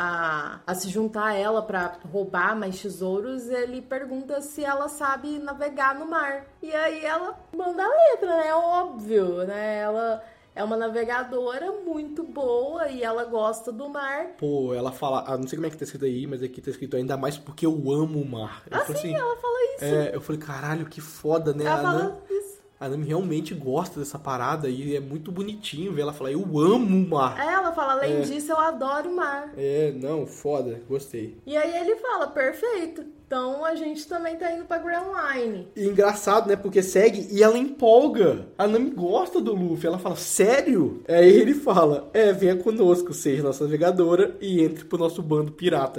a, a se juntar a ela pra roubar mais tesouros, ele pergunta se ela sabe navegar no mar. E aí ela manda a letra, né? Óbvio, né? Ela... É uma navegadora muito boa e ela gosta do mar. Pô, ela fala... Ah, não sei como é que tá escrito aí, mas aqui tá escrito ainda mais porque eu amo o mar. Eu ah, sim, assim, ela fala isso. É, eu falei, caralho, que foda, né? Ela a fala Nami, isso. A Nami realmente gosta dessa parada e é muito bonitinho ver ela falar, eu amo o mar. É, ela fala, além é. disso, eu adoro o mar. É, não, foda, gostei. E aí ele fala, perfeito. Então a gente também tá indo pra Grand Line. E engraçado, né? Porque segue e ela empolga. A Nami gosta do Luffy. Ela fala, sério? Aí ele fala, é, venha conosco, seja nossa navegadora e entre pro nosso bando pirata.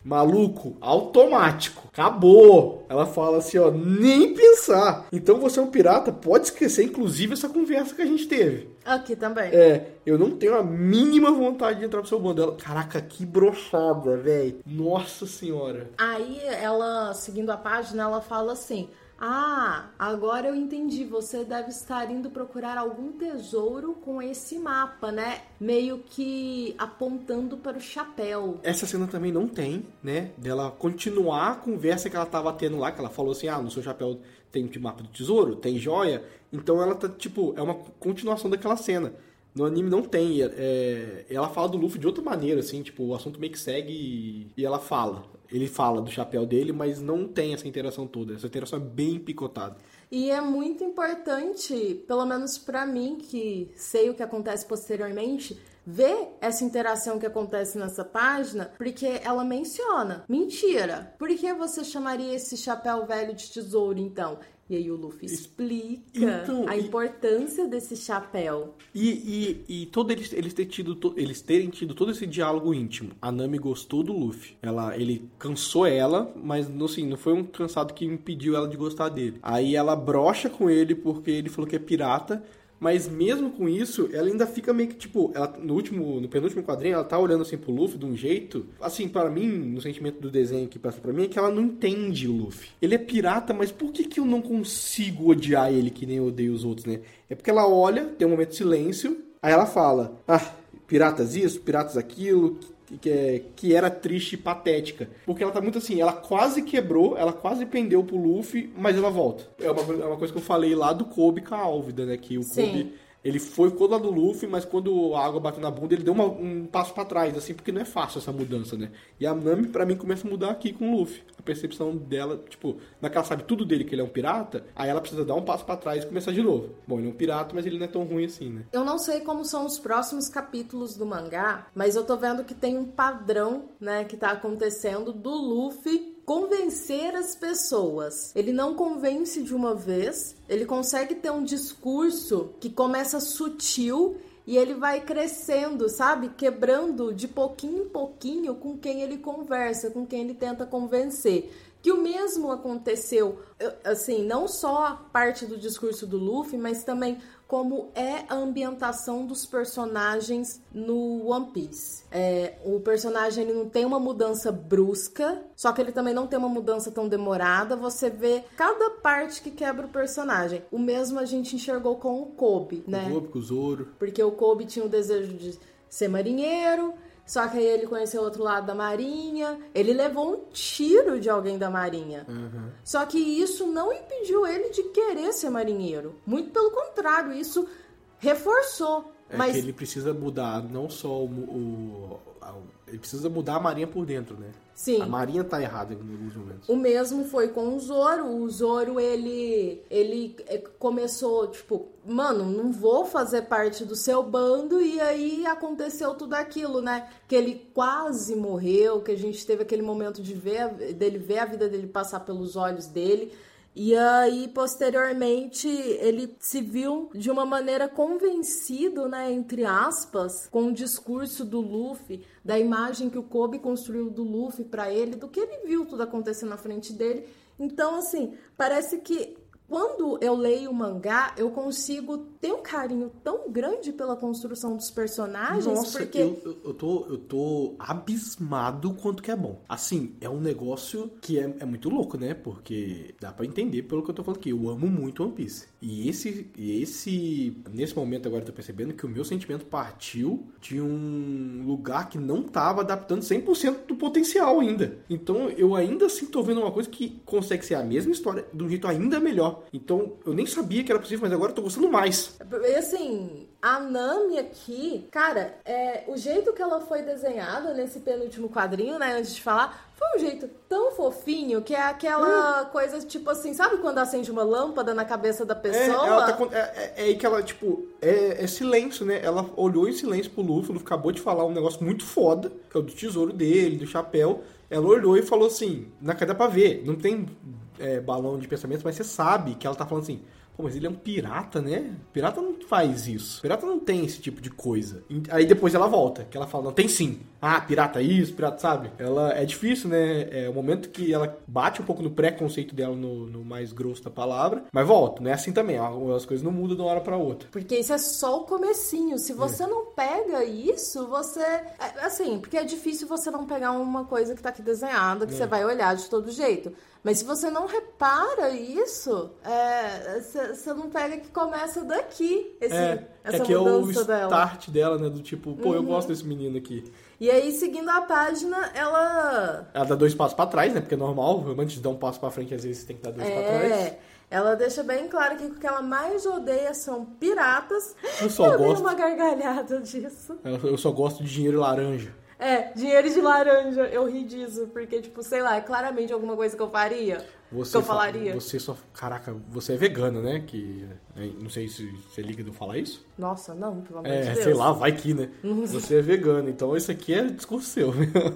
Maluco, automático. Acabou. Ela fala assim, ó, nem pensar. Então você é um pirata, pode esquecer, inclusive, essa conversa que a gente teve. Aqui também. É, eu não tenho a mínima vontade de entrar pro seu bando. Ela, caraca, que broxada, velho. Nossa senhora. Aí ela, seguindo a página, ela fala assim... Ah, agora eu entendi. Você deve estar indo procurar algum tesouro com esse mapa, né? Meio que apontando para o chapéu. Essa cena também não tem, né? Dela continuar a conversa que ela tava tendo lá, que ela falou assim, ah, no seu chapéu tem mapa do tesouro, tem joia. Então ela tá, tipo, é uma continuação daquela cena. No anime não tem. É, ela fala do Luffy de outra maneira, assim, tipo, o assunto meio que segue e, e ela fala. Ele fala do chapéu dele, mas não tem essa interação toda. Essa interação é bem picotada. E é muito importante, pelo menos pra mim, que sei o que acontece posteriormente, ver essa interação que acontece nessa página, porque ela menciona, mentira, por que você chamaria esse chapéu velho de tesouro, então? E aí o Luffy explica então, a importância e, desse chapéu. E, e, e todo eles, eles, ter tido, to, eles terem tido todo esse diálogo íntimo. A Nami gostou do Luffy. Ela, ele cansou ela, mas assim, não foi um cansado que impediu ela de gostar dele. Aí ela brocha com ele porque ele falou que é pirata. Mas mesmo com isso, ela ainda fica meio que, tipo, ela, no último, no penúltimo quadrinho, ela tá olhando assim pro Luffy de um jeito, assim, para mim, no sentimento do desenho que passa pra mim, é que ela não entende o Luffy. Ele é pirata, mas por que que eu não consigo odiar ele que nem eu odeio os outros, né? É porque ela olha, tem um momento de silêncio, aí ela fala, ah, piratas isso, piratas aquilo... Que, é, que era triste e patética. Porque ela tá muito assim, ela quase quebrou, ela quase pendeu pro Luffy, mas ela volta. É uma, é uma coisa que eu falei lá do Kobe com a Álvida, né? Que o Sim. Kobe, ele foi ficou lá do Luffy, mas quando a água bateu na bunda, ele deu uma, um passo pra trás, assim, porque não é fácil essa mudança, né? E a Nami, pra mim, começa a mudar aqui com o Luffy. A percepção dela, tipo, naquela ela sabe tudo dele que ele é um pirata, aí ela precisa dar um passo pra trás e começar de novo. Bom, ele é um pirata, mas ele não é tão ruim assim, né? Eu não sei como são os próximos capítulos do mangá, mas eu tô vendo que tem um padrão, né, que tá acontecendo do Luffy convencer as pessoas. Ele não convence de uma vez, ele consegue ter um discurso que começa sutil e ele vai crescendo, sabe? Quebrando de pouquinho em pouquinho com quem ele conversa, com quem ele tenta convencer. Que o mesmo aconteceu, assim, não só a parte do discurso do Luffy, mas também como é a ambientação dos personagens no One Piece. É, o personagem ele não tem uma mudança brusca, só que ele também não tem uma mudança tão demorada. Você vê cada parte que quebra o personagem. O mesmo a gente enxergou com o Kobe, né? O Kobe, com o Zoro. Porque o Kobe tinha o desejo de ser marinheiro, só que aí ele conheceu o outro lado da marinha, ele levou um tiro de alguém da marinha. Uhum. Só que isso não impediu ele de querer ser marinheiro. Muito pelo contrário, isso reforçou. É mas... que ele precisa mudar não só o, o, ele precisa mudar a marinha por dentro, né? Sim. A marinha tá errada em alguns momentos. O mesmo foi com o Zoro. O Zoro, ele, ele começou, tipo, mano, não vou fazer parte do seu bando, e aí aconteceu tudo aquilo, né? Que ele quase morreu, que a gente teve aquele momento de ver, dele ver a vida dele passar pelos olhos dele. E aí, posteriormente, ele se viu de uma maneira convencido, né, entre aspas, com o discurso do Luffy, da imagem que o Kobe construiu do Luffy pra ele, do que ele viu tudo acontecer na frente dele. Então, assim, parece que quando eu leio o mangá, eu consigo ter um carinho tão grande pela construção dos personagens. Nossa, porque... eu, eu, tô, eu tô abismado o quanto que é bom. Assim, é um negócio que é, é muito louco, né? Porque dá pra entender pelo que eu tô falando aqui. Eu amo muito One Piece. E esse, e esse nesse momento agora eu tô percebendo que o meu sentimento partiu de um lugar que não tava adaptando cem por cento do potencial ainda. Então eu ainda assim tô vendo uma coisa que consegue ser a mesma história de um jeito ainda melhor. Então, eu nem sabia que era possível, mas agora eu tô gostando mais. E assim, a Nami aqui, cara, é, o jeito que ela foi desenhada nesse penúltimo quadrinho, né, antes de falar, foi um jeito tão fofinho, que é aquela hum. coisa, tipo assim, sabe quando acende uma lâmpada na cabeça da pessoa? É, ela tá, é, é aí que ela, tipo, é, é silêncio, né? Ela olhou em silêncio pro Luffy, o Luffy acabou de falar um negócio muito foda, que é o do tesouro dele, do chapéu. Ela olhou e falou assim, na cara dá pra ver, não tem... É, balão de pensamento, mas você sabe que ela tá falando assim, Pô, mas ele é um pirata, né? Pirata não faz isso. Pirata não tem esse tipo de coisa. Aí depois ela volta, que ela fala, não, tem sim. Ah, pirata isso, pirata, sabe? Ela é difícil, né? É o momento que ela bate um pouco no preconceito dela, no, no mais grosso da palavra, mas volta, não é assim também. As coisas não mudam de uma hora pra outra. Porque isso é só o comecinho. Se você é. não pega isso, você... Assim, porque é difícil você não pegar uma coisa que tá aqui desenhada, que é. você vai olhar de todo jeito. Mas se você não repara isso, você é, não pega que começa daqui, esse, é, essa é mudança é o dela. Start dela, né? Do tipo, pô, uhum. eu gosto desse menino aqui. E aí, seguindo a página, ela... Ela dá dois passos pra trás, né? Porque é normal, antes de dar um passo pra frente, às vezes você tem que dar dois é, pra trás. É, ela deixa bem claro que o que ela mais odeia são piratas. Eu só eu gosto... dei uma gargalhada disso. Eu só gosto de dinheiro laranja. É, dinheiro de laranja, eu ri disso, porque, tipo, sei lá, é claramente alguma coisa que eu faria, você que eu falaria. Você só, caraca, você é vegana, né? Que, não sei se você liga de eu falar isso. Nossa, não, pelo amor é, de Deus. Sei lá, vai que, né? Você é vegano, então isso aqui é discurso seu.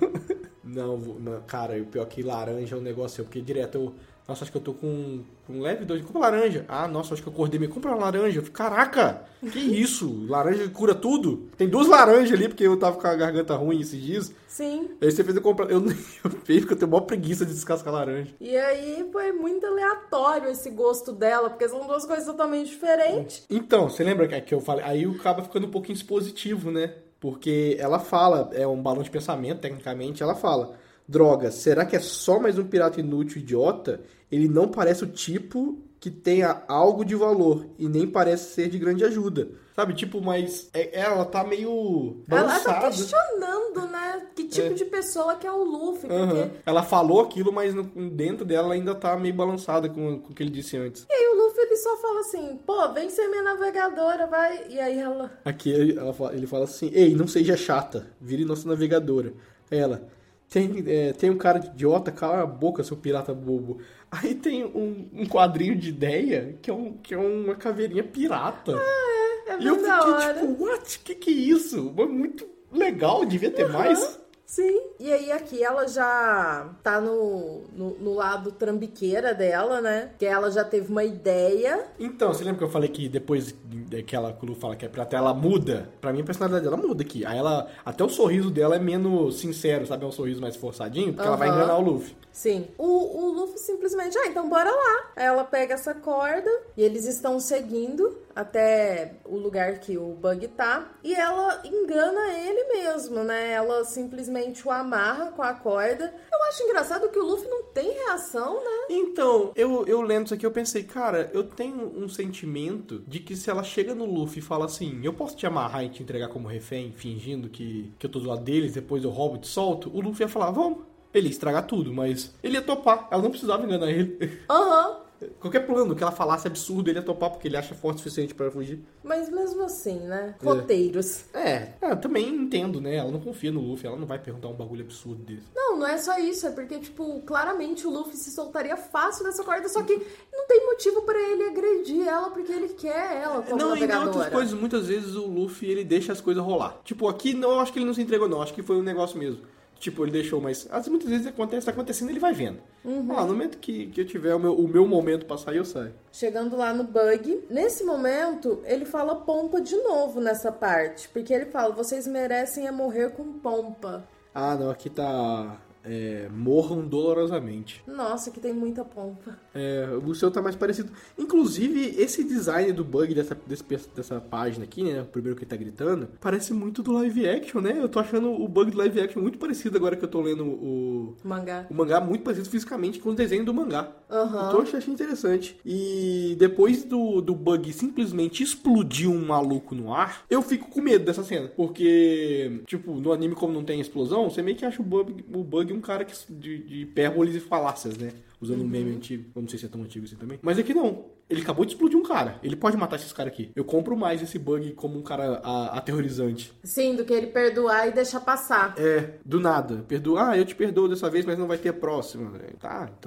não, não, cara, o pior que laranja é um negócio seu, porque direto eu... Nossa, acho que eu tô com, com um leve dor de... Compra laranja. Ah, nossa, acho que eu acordei meio... Compra uma laranja. Eu fico, caraca, que isso? Laranja cura tudo? Tem duas laranjas ali, porque eu tava com a garganta ruim esses dias. Sim. Aí você fez eu comprar... Eu, eu fiz porque eu tenho maior preguiça de descascar laranja. E aí foi muito aleatório esse gosto dela, porque são duas coisas totalmente diferentes. Então, você lembra que eu falei... Aí acaba ficando um pouquinho expositivo, né? Porque ela fala... É um balão de pensamento, tecnicamente. Ela fala... Droga, será que é só mais um pirata inútil idiota? Ele não parece o tipo que tenha algo de valor e nem parece ser de grande ajuda. Sabe, tipo, mas é, ela tá meio balançada. Ela tá questionando, né? Que tipo é. de pessoa que é o Luffy. Porque... Uhum. Ela falou aquilo, mas no, dentro dela ela ainda tá meio balançada com, com o que ele disse antes. E aí o Luffy, ele só fala assim, pô, vem ser minha navegadora, vai. E aí ela... Aqui ela, ele fala assim, ei, não seja chata, vire nossa navegadora. Ela... Tem, é, tem um cara de idiota, cala a boca, seu pirata bobo. Aí tem um, um quadrinho de ideia que é, um, que é uma caveirinha pirata. Ah, é, é E eu fiquei hora. tipo, what? Que que é isso? Muito legal, devia ter uhum. mais. Sim. E aí aqui ela já tá no, no, no lado trambiqueira dela, né? Que ela já teve uma ideia. Então, você lembra que eu falei que depois que ela, que o Lu fala que é pirata, ela muda? Pra mim a personalidade dela muda aqui. Aí ela, até o sorriso dela é menos sincero, sabe? É um sorriso mais forçadinho, porque uhum. ela vai enganar o Luffy. Sim. O, o Luffy simplesmente, ah, então bora lá. Aí ela pega essa corda e eles estão seguindo até o lugar que o Bug tá. E ela engana ele mesmo, né? Ela simplesmente o amarra com a corda. Eu acho engraçado que o Luffy não tem reação, né? Então, eu, eu lendo isso aqui, eu pensei, cara, eu tenho um sentimento de que se ela chega no Luffy e fala assim, eu posso te amarrar e te entregar como refém, fingindo que, que eu tô do lado deles, depois eu roubo e te solto, o Luffy ia falar, vamos. Ele ia estragar tudo, mas ele ia topar. Ela não precisava enganar ele. Aham. Uhum. Qualquer plano que ela falasse absurdo, ele ia topar porque ele acha forte o suficiente pra fugir. Mas mesmo assim, né? Roteiros. É, é eu também entendo, né? Ela não confia no Luffy, ela não vai perguntar um bagulho absurdo desse. Não, não é só isso. É porque, tipo, claramente o Luffy se soltaria fácil nessa corda, só que não tem motivo pra ele agredir ela porque ele quer ela como não, navegadora. Não, e outras coisas, muitas vezes o Luffy, ele deixa as coisas rolar. Tipo, aqui, não, eu acho que ele não se entregou, não. Acho que foi um negócio mesmo. Tipo, ele deixou, mas às muitas vezes acontece, tá acontecendo, ele vai vendo. Uhum. Ah, no momento que, que eu tiver o meu, o meu momento pra sair, eu saio. Chegando lá no Bug, nesse momento, ele fala pompa de novo nessa parte. Porque ele fala, vocês merecem é morrer com pompa. Ah, não, aqui tá... É, morram dolorosamente. Nossa, que tem muita pompa. É, o seu tá mais parecido. Inclusive, esse design do Bug dessa, desse, dessa página aqui, né? O primeiro que ele tá gritando, parece muito do live action, né? Eu tô achando o Bug do live action muito parecido agora que eu tô lendo o... Mangá. O mangá muito parecido fisicamente com o desenho do mangá. Aham. Uhum. Então eu achei interessante. E depois do, do Bug simplesmente explodir um maluco no ar, eu fico com medo dessa cena. Porque, tipo, no anime como não tem explosão, você meio que acha o Bug, o Bug um cara que, de, de hipérboles e falácias, né? Usando um uhum. meme antigo. Eu não sei se é tão antigo assim também. Mas aqui não. Ele acabou de explodir um cara. Ele pode matar esses caras aqui. Eu compro mais esse Bug como um cara a, aterrorizante. Sim, do que ele perdoar e deixar passar. É, do nada. Perdoa. Ah, eu te perdoo dessa vez, mas não vai ter a próxima. Tá, então...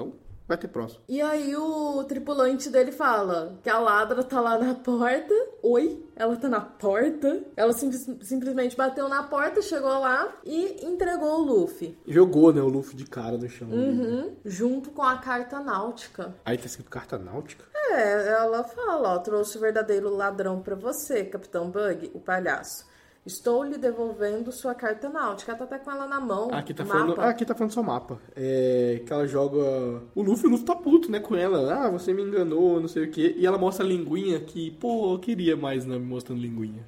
vai ter próximo. E aí o tripulante dele fala que a Ladra tá lá na porta. Oi? Ela tá na porta? Ela sim, simplesmente bateu na porta, chegou lá e entregou o Luffy. Jogou, né, o Luffy de cara no chão. Uhum, junto com a carta náutica. Aí tá escrito carta náutica? É, ela fala, ó, trouxe o verdadeiro ladrão pra você, Capitão Bug, o palhaço. Estou lhe devolvendo sua carta náutica. Ela tá até com ela na mão. Aqui tá, mapa. falando, aqui tá falando seu mapa. É que ela joga o Luffy, o Luffy tá puto, né, com ela. Ah, você me enganou, não sei o quê. E ela mostra a linguinha que, pô, eu queria mais Nami mostrando linguinha.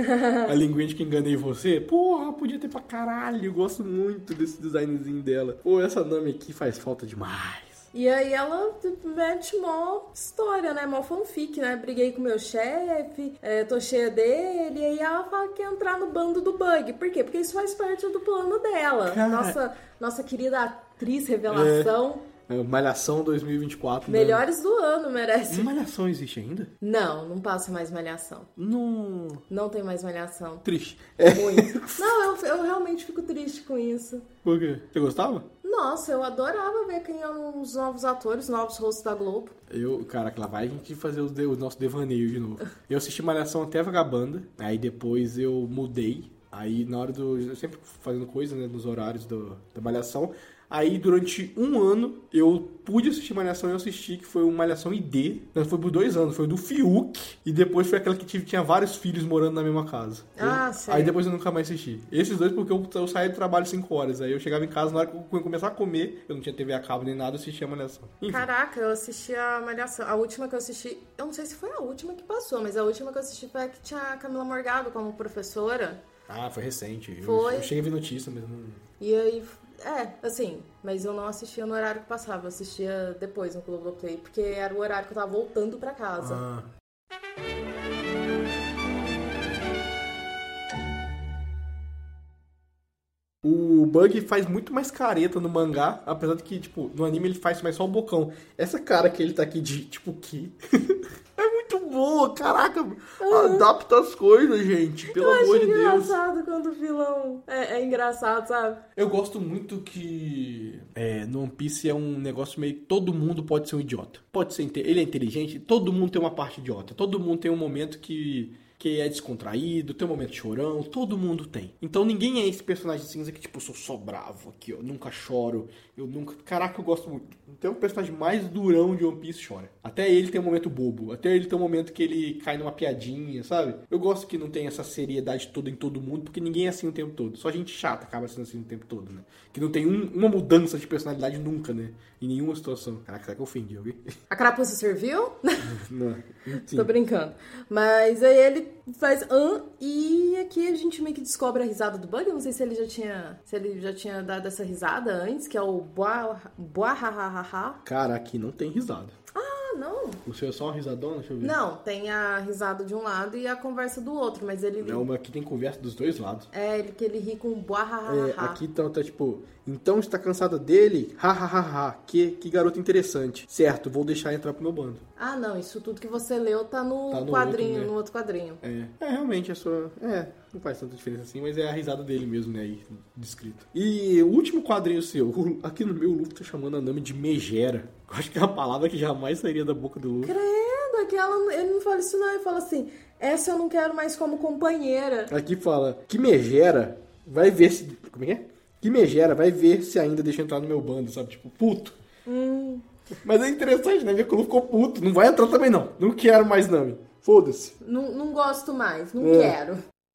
A linguinha de que enganei você. Porra, podia ter pra caralho. Eu gosto muito desse designzinho dela. Pô, essa Nami aqui faz falta demais. E aí ela mete mó história, né? Mó fanfic, né? Briguei com meu chefe, é, tô cheia dele. E aí ela fala que quer entrar no bando do Bug. Por quê? Porque isso faz parte do plano dela. Nossa, nossa querida atriz revelação. É, Malhação dois mil e vinte e quatro. Melhores né? do ano, merece. Malhação existe ainda? Não, não passa mais Malhação. Não. Não tem mais Malhação. Triste. Muito. Não, eu, eu realmente fico triste com isso. Por quê? Você gostava? Nossa, eu adorava ver quem eram os novos atores, os novos rostos da Globo. Eu, cara, lá vai a gente fazer os, de, os nossos devaneios de novo. Eu assisti Malhação até Vagabanda, aí depois eu mudei. Aí na hora do... Eu sempre fazendo coisa, né, nos horários do, da Malhação. Aí durante um ano eu pude assistir Malhação e eu assisti, que foi o Malhação I D. Não, foi por dois anos, foi do Fiuk. E depois foi aquela que tive, tinha vários filhos morando na mesma casa. Ah, sim. Aí depois eu nunca mais assisti. Esses dois porque eu, eu saía do trabalho cinco horas. Aí eu chegava em casa, na hora que eu ia começar a comer, eu não tinha T V a cabo nem nada, eu assistia a Malhação. Enfim. Caraca, eu assisti a Malhação. A última que eu assisti, eu não sei se foi a última que passou, mas a última que eu assisti foi a que tinha a Camila Morgado como professora. Ah, foi recente. Foi. Eu, eu cheguei a ver notícia, mas não... E aí, é, assim, mas eu não assistia no horário que passava, eu assistia depois no Globoplay, porque era o horário que eu tava voltando pra casa. Ah. O Bug faz muito mais careta no mangá, apesar de que, tipo, no anime ele faz mais só o bocão. Essa cara que ele tá aqui de, tipo, que... é muito boa, caraca. Uhum. Adapta as coisas, gente, pelo eu amor de Deus. Eu acho engraçado quando o vilão é, é engraçado, sabe? Eu gosto muito que é, no One Piece é um negócio meio... Todo mundo pode ser um idiota. Pode ser... Ele é inteligente, todo mundo tem uma parte idiota. Todo mundo tem um momento que... que é descontraído, tem um momento chorão, todo mundo tem. Então ninguém é esse personagem cinza que, tipo, eu sou só bravo aqui, eu nunca choro, eu nunca... Caraca, eu gosto muito. Tem um personagem mais durão de One Piece chora. Até ele tem um momento bobo, até ele tem um momento que ele cai numa piadinha, sabe? Eu gosto que não tem essa seriedade toda em todo mundo, porque ninguém é assim o tempo todo. Só gente chata acaba sendo assim o tempo todo, né? Que não tem um, uma mudança de personalidade nunca, né? Em nenhuma situação. Caraca, será que eu ofendi alguém? A carapuça serviu? Não. Tô brincando. Mas aí ele faz an e aqui a gente meio que descobre a risada do Bug. Eu não sei se ele já tinha se ele já tinha dado essa risada antes, que é o buahahaha. Cara, aqui não tem risada. Ah, não. O seu é só uma risadona? Deixa eu ver. Não, tem a risada de um lado e a conversa do outro, mas ele... Não, mas aqui tem conversa dos dois lados. É, ele, que ele ri com buahahaha. É, aqui tá, tá tipo... Então está cansada dele? Ha, ha, ha, ha. Que, que garoto interessante. Certo, vou deixar entrar pro meu bando. Ah, não, isso tudo que você leu tá no, Tá no quadrinho, outro, né? no outro quadrinho. É, é realmente a sua... É, não faz tanta diferença assim, mas é a risada dele mesmo, né, aí, descrito. E o último quadrinho seu, o- aqui no meu, o Luffy tá chamando a Nami de megera. Eu acho que é uma palavra que jamais sairia da boca do Luffy. Credo, aquela, ele não fala isso não, ele fala assim, essa eu não quero mais como companheira. Aqui fala, que megera, vai ver se... Como é que é? Que megera, vai ver se ainda deixa eu entrar no meu bando, sabe? Tipo, puto. Hum. Mas é interessante, né? Ver que o Luffy ficou puto. Não vai entrar também, não. Não quero mais Nami. Foda-se. Não, não gosto mais, não É. quero.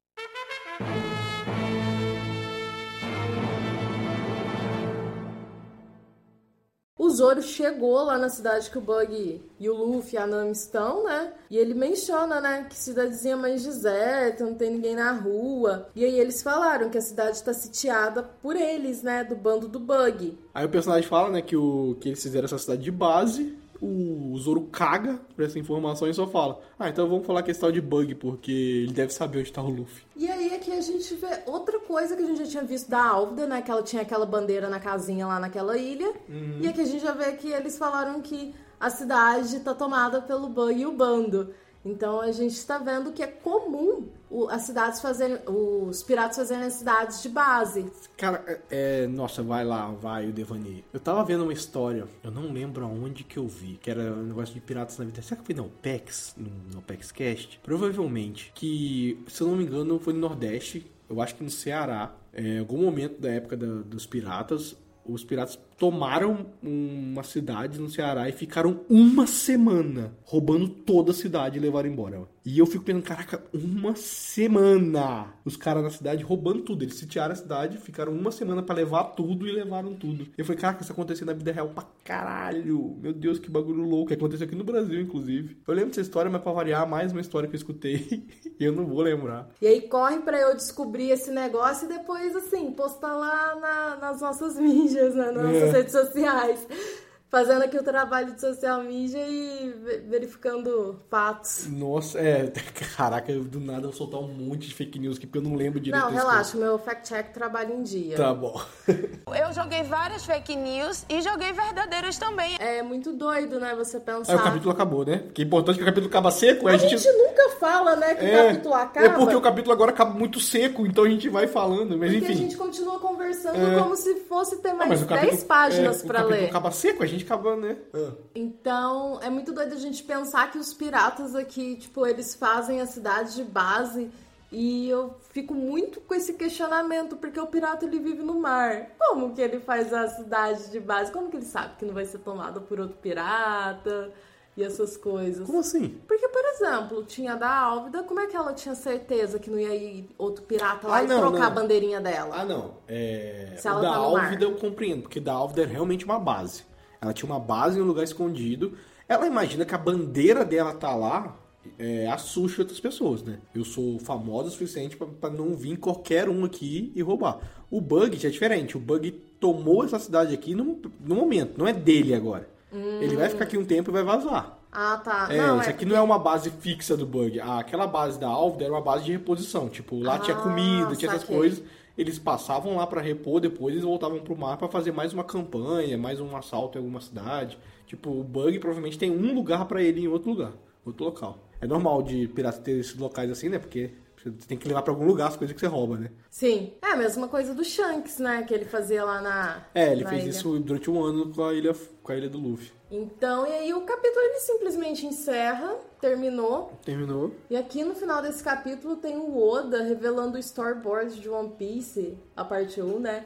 O Zoro chegou lá na cidade que o Bug e o Luffy e a Nami estão, né? E ele menciona, né, que cidadezinha mais deserta, não tem ninguém na rua. E aí eles falaram que a cidade tá sitiada por eles, né, do bando do Bug. Aí o personagem fala, né, que, o, que eles fizeram essa cidade de base. O Zoro caga por essa informação e só fala: ah, então vamos falar que esse tal de Bug, porque ele deve saber onde tá o Luffy. E aí aqui a gente vê outra coisa que a gente já tinha visto da Álvida, né? Que ela tinha aquela bandeira na casinha lá naquela ilha. Uhum. E aqui a gente já vê que eles falaram que a cidade tá tomada pelo Bug e o bando. Então a gente está vendo que é comum o, as cidades fazerem, os piratas fazerem as cidades de base. Cara, é, é, nossa, vai lá, vai o devaneio. Eu tava vendo uma história, eu não lembro aonde que eu vi, que era um negócio de piratas na vida. Será que foi no OPEX, no, no OPEXcast? Provavelmente, que, se eu não me engano, foi no Nordeste, eu acho que no Ceará, em algum momento da época da, dos piratas, os piratas tomaram uma cidade no Ceará e ficaram uma semana roubando toda a cidade e levaram embora. E eu fico pensando, caraca, uma semana! Os caras na cidade roubando tudo. Eles sitiaram a cidade, ficaram uma semana pra levar tudo e levaram tudo. Eu falei, caraca, isso aconteceu na vida real pra caralho. Meu Deus, que bagulho louco. Aconteceu aqui no Brasil, inclusive. Eu lembro dessa história, mas pra variar, mais uma história que eu escutei e eu não vou lembrar. E aí corre pra eu descobrir esse negócio e depois, assim, postar lá na, nas nossas mídias, né? Nas nossas é. redes sociais. Fazendo aqui o trabalho de social media e verificando fatos. Nossa, é... Caraca, eu, do nada eu vou soltar um monte de fake news aqui, porque eu não lembro direito. Não, relaxa, meu fact-check trabalha em dia. Tá bom. Eu joguei várias fake news e joguei verdadeiras também. É muito doido, né, você pensar... É, o capítulo acabou, né? Porque é importante que o capítulo acaba seco. A, a gente... gente nunca fala, né, que é, o capítulo acaba. É porque o capítulo agora acaba muito seco, então a gente vai falando, mas porque enfim. a gente continua conversando é... como se fosse ter mais ah, dez páginas é, pra ler. O capítulo acaba seco, a gente acaba, né? Ah. Então, é muito doido a gente pensar que os piratas aqui, tipo, eles fazem a cidade de base e eu fico muito com esse questionamento, porque o pirata, ele vive no mar. Como que ele faz a cidade de base? Como que ele sabe que não vai ser tomado por outro pirata e essas coisas? Como assim? Porque, por exemplo, tinha da Álvida, como é que ela tinha certeza que não ia ir outro pirata lá ah, e não, trocar não. a bandeirinha dela? Ah, não. É... Se ela o da tá no mar. Álvida eu compreendo, porque da Álvida é realmente uma base. Ela tinha uma base em um lugar escondido. Ela imagina que a bandeira dela tá lá, é, assuste outras pessoas, né? Eu sou famosa o suficiente pra, pra não vir qualquer um aqui e roubar. O Bug já é diferente. O Bug tomou essa cidade aqui no, no momento. Não é dele agora. Hum. Ele vai ficar aqui um tempo e vai vazar. Ah, tá. É, não, isso é... aqui não é uma base fixa do Bug. Aquela base da Álvida era uma base de reposição. Tipo, lá ah, tinha comida, tinha essas saquei. coisas. Eles passavam lá pra repor, depois eles voltavam pro mar pra fazer mais uma campanha, mais um assalto em alguma cidade. Tipo, o Bug provavelmente tem um lugar pra ele em outro lugar, outro local. É normal de pirata ter esses locais assim, né? Porque você tem que levar pra algum lugar as coisas que você rouba, né? Sim. É a mesma coisa do Shanks, né? Que ele fazia lá na É, ele na fez ilha. isso durante um ano com a ilha, com a ilha do Luffy. Então, e aí o capítulo ele simplesmente encerra, terminou. Terminou. E aqui no final desse capítulo tem o Oda revelando o storyboard de One Piece, a parte um, né?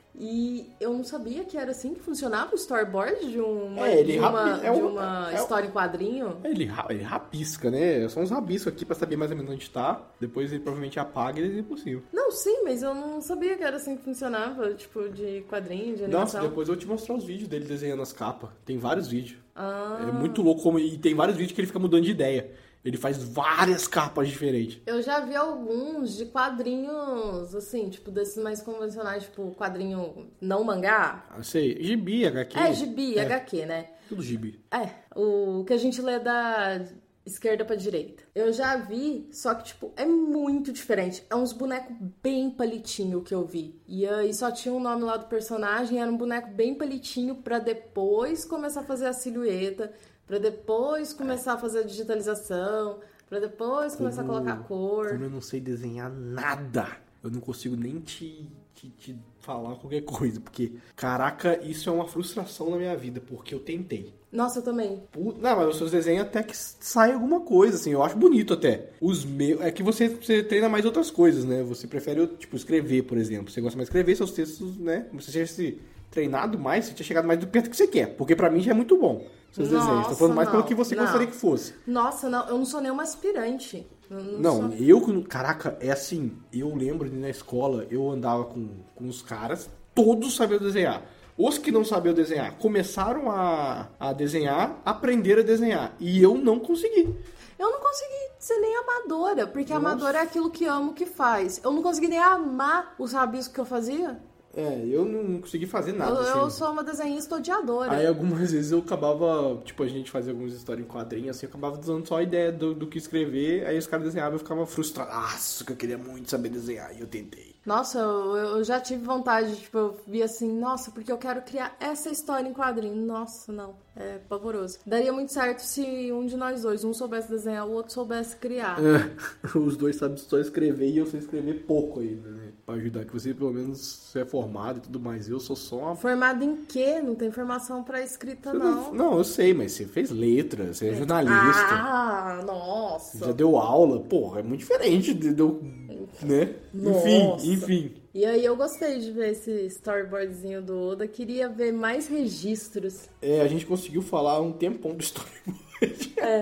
E eu não sabia que era assim que funcionava o storyboard de uma, é, ele de uma, rapi... é de um, uma é história em quadrinho. Ele, ele rapisca, né? São uns rabiscos aqui pra saber mais ou menos onde tá. Depois ele provavelmente apaga e ele é impossível. Não, sim, mas eu não sabia que era assim que funcionava, tipo, de quadrinho, de animação. Nossa, depois eu vou te mostrar os vídeos dele desenhando as capas. Tem vários vídeos. Ah. É muito louco como... E tem vários vídeos que ele fica mudando de ideia. Ele faz várias capas diferentes. Eu já vi alguns de quadrinhos, assim, tipo, desses mais convencionais, tipo, quadrinho não mangá. Ah, sei. Gibi, H Q. É, gibi, é. H Q, né? Tudo gibi. É, o que a gente lê da esquerda pra direita. Eu já vi, só que, tipo, é muito diferente. É uns bonecos bem palitinho que eu vi. E aí só tinha o nome lá do personagem, era um boneco bem palitinho pra depois começar a fazer a silhueta, pra depois começar a fazer a digitalização, pra depois começar como, a colocar a cor. Como eu não sei desenhar nada, eu não consigo nem te, te, te falar qualquer coisa, porque, caraca, isso é uma frustração na minha vida, porque eu tentei. Nossa, eu também. Não, mas os seus desenhos até que sai alguma coisa, assim, eu acho bonito até. Os meus... É que você, você treina mais outras coisas, né? Você prefere, tipo, escrever, por exemplo. Você gosta mais de escrever seus textos, né? Você tivesse treinado mais, você tinha chegado mais do perto que você quer. Porque pra mim já é muito bom, seus Nossa, desenhos. Tô falando mais não, pelo que você não. gostaria que fosse. Nossa, não, eu não sou nenhuma aspirante. Eu não, não sou... eu... Caraca, é assim, eu lembro de na escola, eu andava com, com os caras, todos sabiam desenhar. Os que não sabiam desenhar começaram a, a desenhar, aprenderam a desenhar. E eu não consegui. Eu não consegui ser nem amadora, porque Nossa. amadora é aquilo que amo que faz. Eu não consegui nem amar os rabiscos que eu fazia. É, eu não consegui fazer nada. Eu, assim. eu sou uma desenhista odiadora. Aí algumas vezes eu acabava, tipo, a gente fazia algumas histórias em quadrinhos, assim, eu acabava dando só a ideia do, do que escrever, aí os caras desenhavam e eu ficava frustrado. Nossa, que eu queria muito saber desenhar, e eu tentei. Nossa, eu, eu já tive vontade, tipo, eu vi assim, nossa, porque eu quero criar essa história em quadrinho. Nossa, não, é pavoroso. Daria muito certo se um de nós dois, um soubesse desenhar, o outro soubesse criar. É, os dois sabem só escrever e eu sei escrever pouco ainda, né? Pra ajudar, que você pelo menos você é formado e tudo mais, eu sou só uma... Formado em quê? Não tem formação pra escrita, Você não. não. Não, eu sei, mas você fez letra, você é jornalista. Ah, nossa. Já deu aula, porra, é muito diferente, deu, né? Nossa. Enfim, enfim. E aí eu gostei de ver esse storyboardzinho do Oda, queria ver mais registros. É, a gente conseguiu falar um tempão do storyboard. É.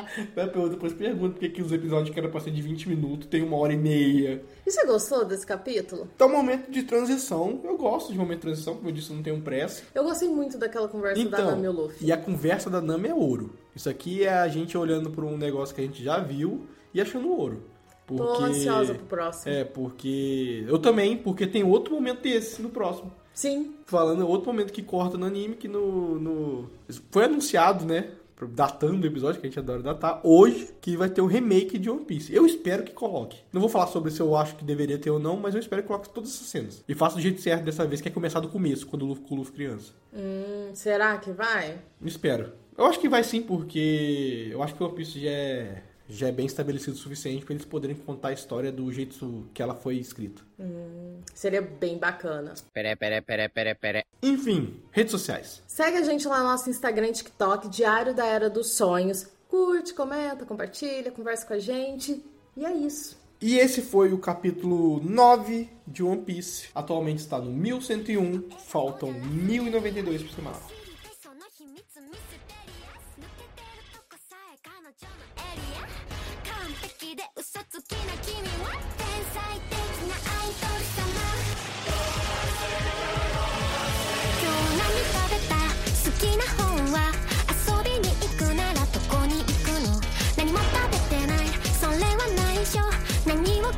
Depois pergunta por que que os episódios que eram pra ser de vinte minutos tem uma hora e meia. E você gostou desse capítulo? Então, momento de transição, eu gosto de momento de transição, como eu disse, eu não tenho pressa. Eu gostei muito daquela conversa Então, da Nami e o Luffy. E a conversa da Nami é ouro. Isso aqui é a gente olhando pra um negócio que a gente já viu e achando ouro. Porque... Tô ansiosa pro próximo. É, porque... Eu também, porque tem outro momento desse no próximo. Sim. Falando, outro momento que corta no anime, que no... no... Foi anunciado, né? Datando o episódio, que a gente adora datar, hoje, que vai ter o remake de One Piece. Eu espero que coloque. Não vou falar sobre se eu acho que deveria ter ou não, mas eu espero que coloque todas essas cenas. E faça do jeito certo dessa vez, que é começar do começo, quando o Luffy, com o Luffy criança. Hum, será que vai? Espero. Eu acho que vai sim, porque eu acho que o One Piece já é, já é bem estabelecido o suficiente para eles poderem contar a história do jeito que ela foi escrita. Hum, seria bem bacana. Pere, pere, pere, pere, pere. Enfim, redes sociais. Segue a gente lá no nosso Instagram e TikTok, Diário da Era dos Sonhos. Curte, comenta, compartilha, conversa com a gente. E é isso. E esse foi o capítulo nove de One Piece. Atualmente está no mil cento e um, faltam mil e noventa e dois por semana.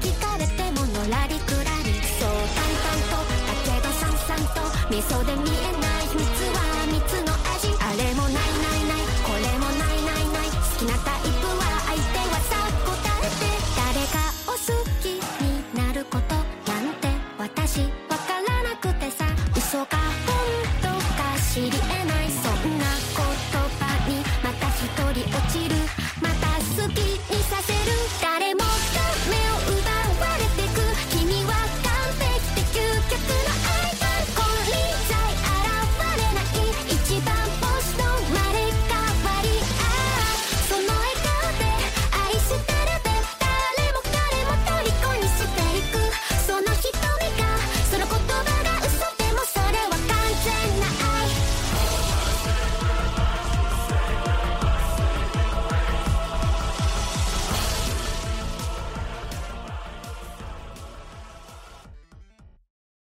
So で見えない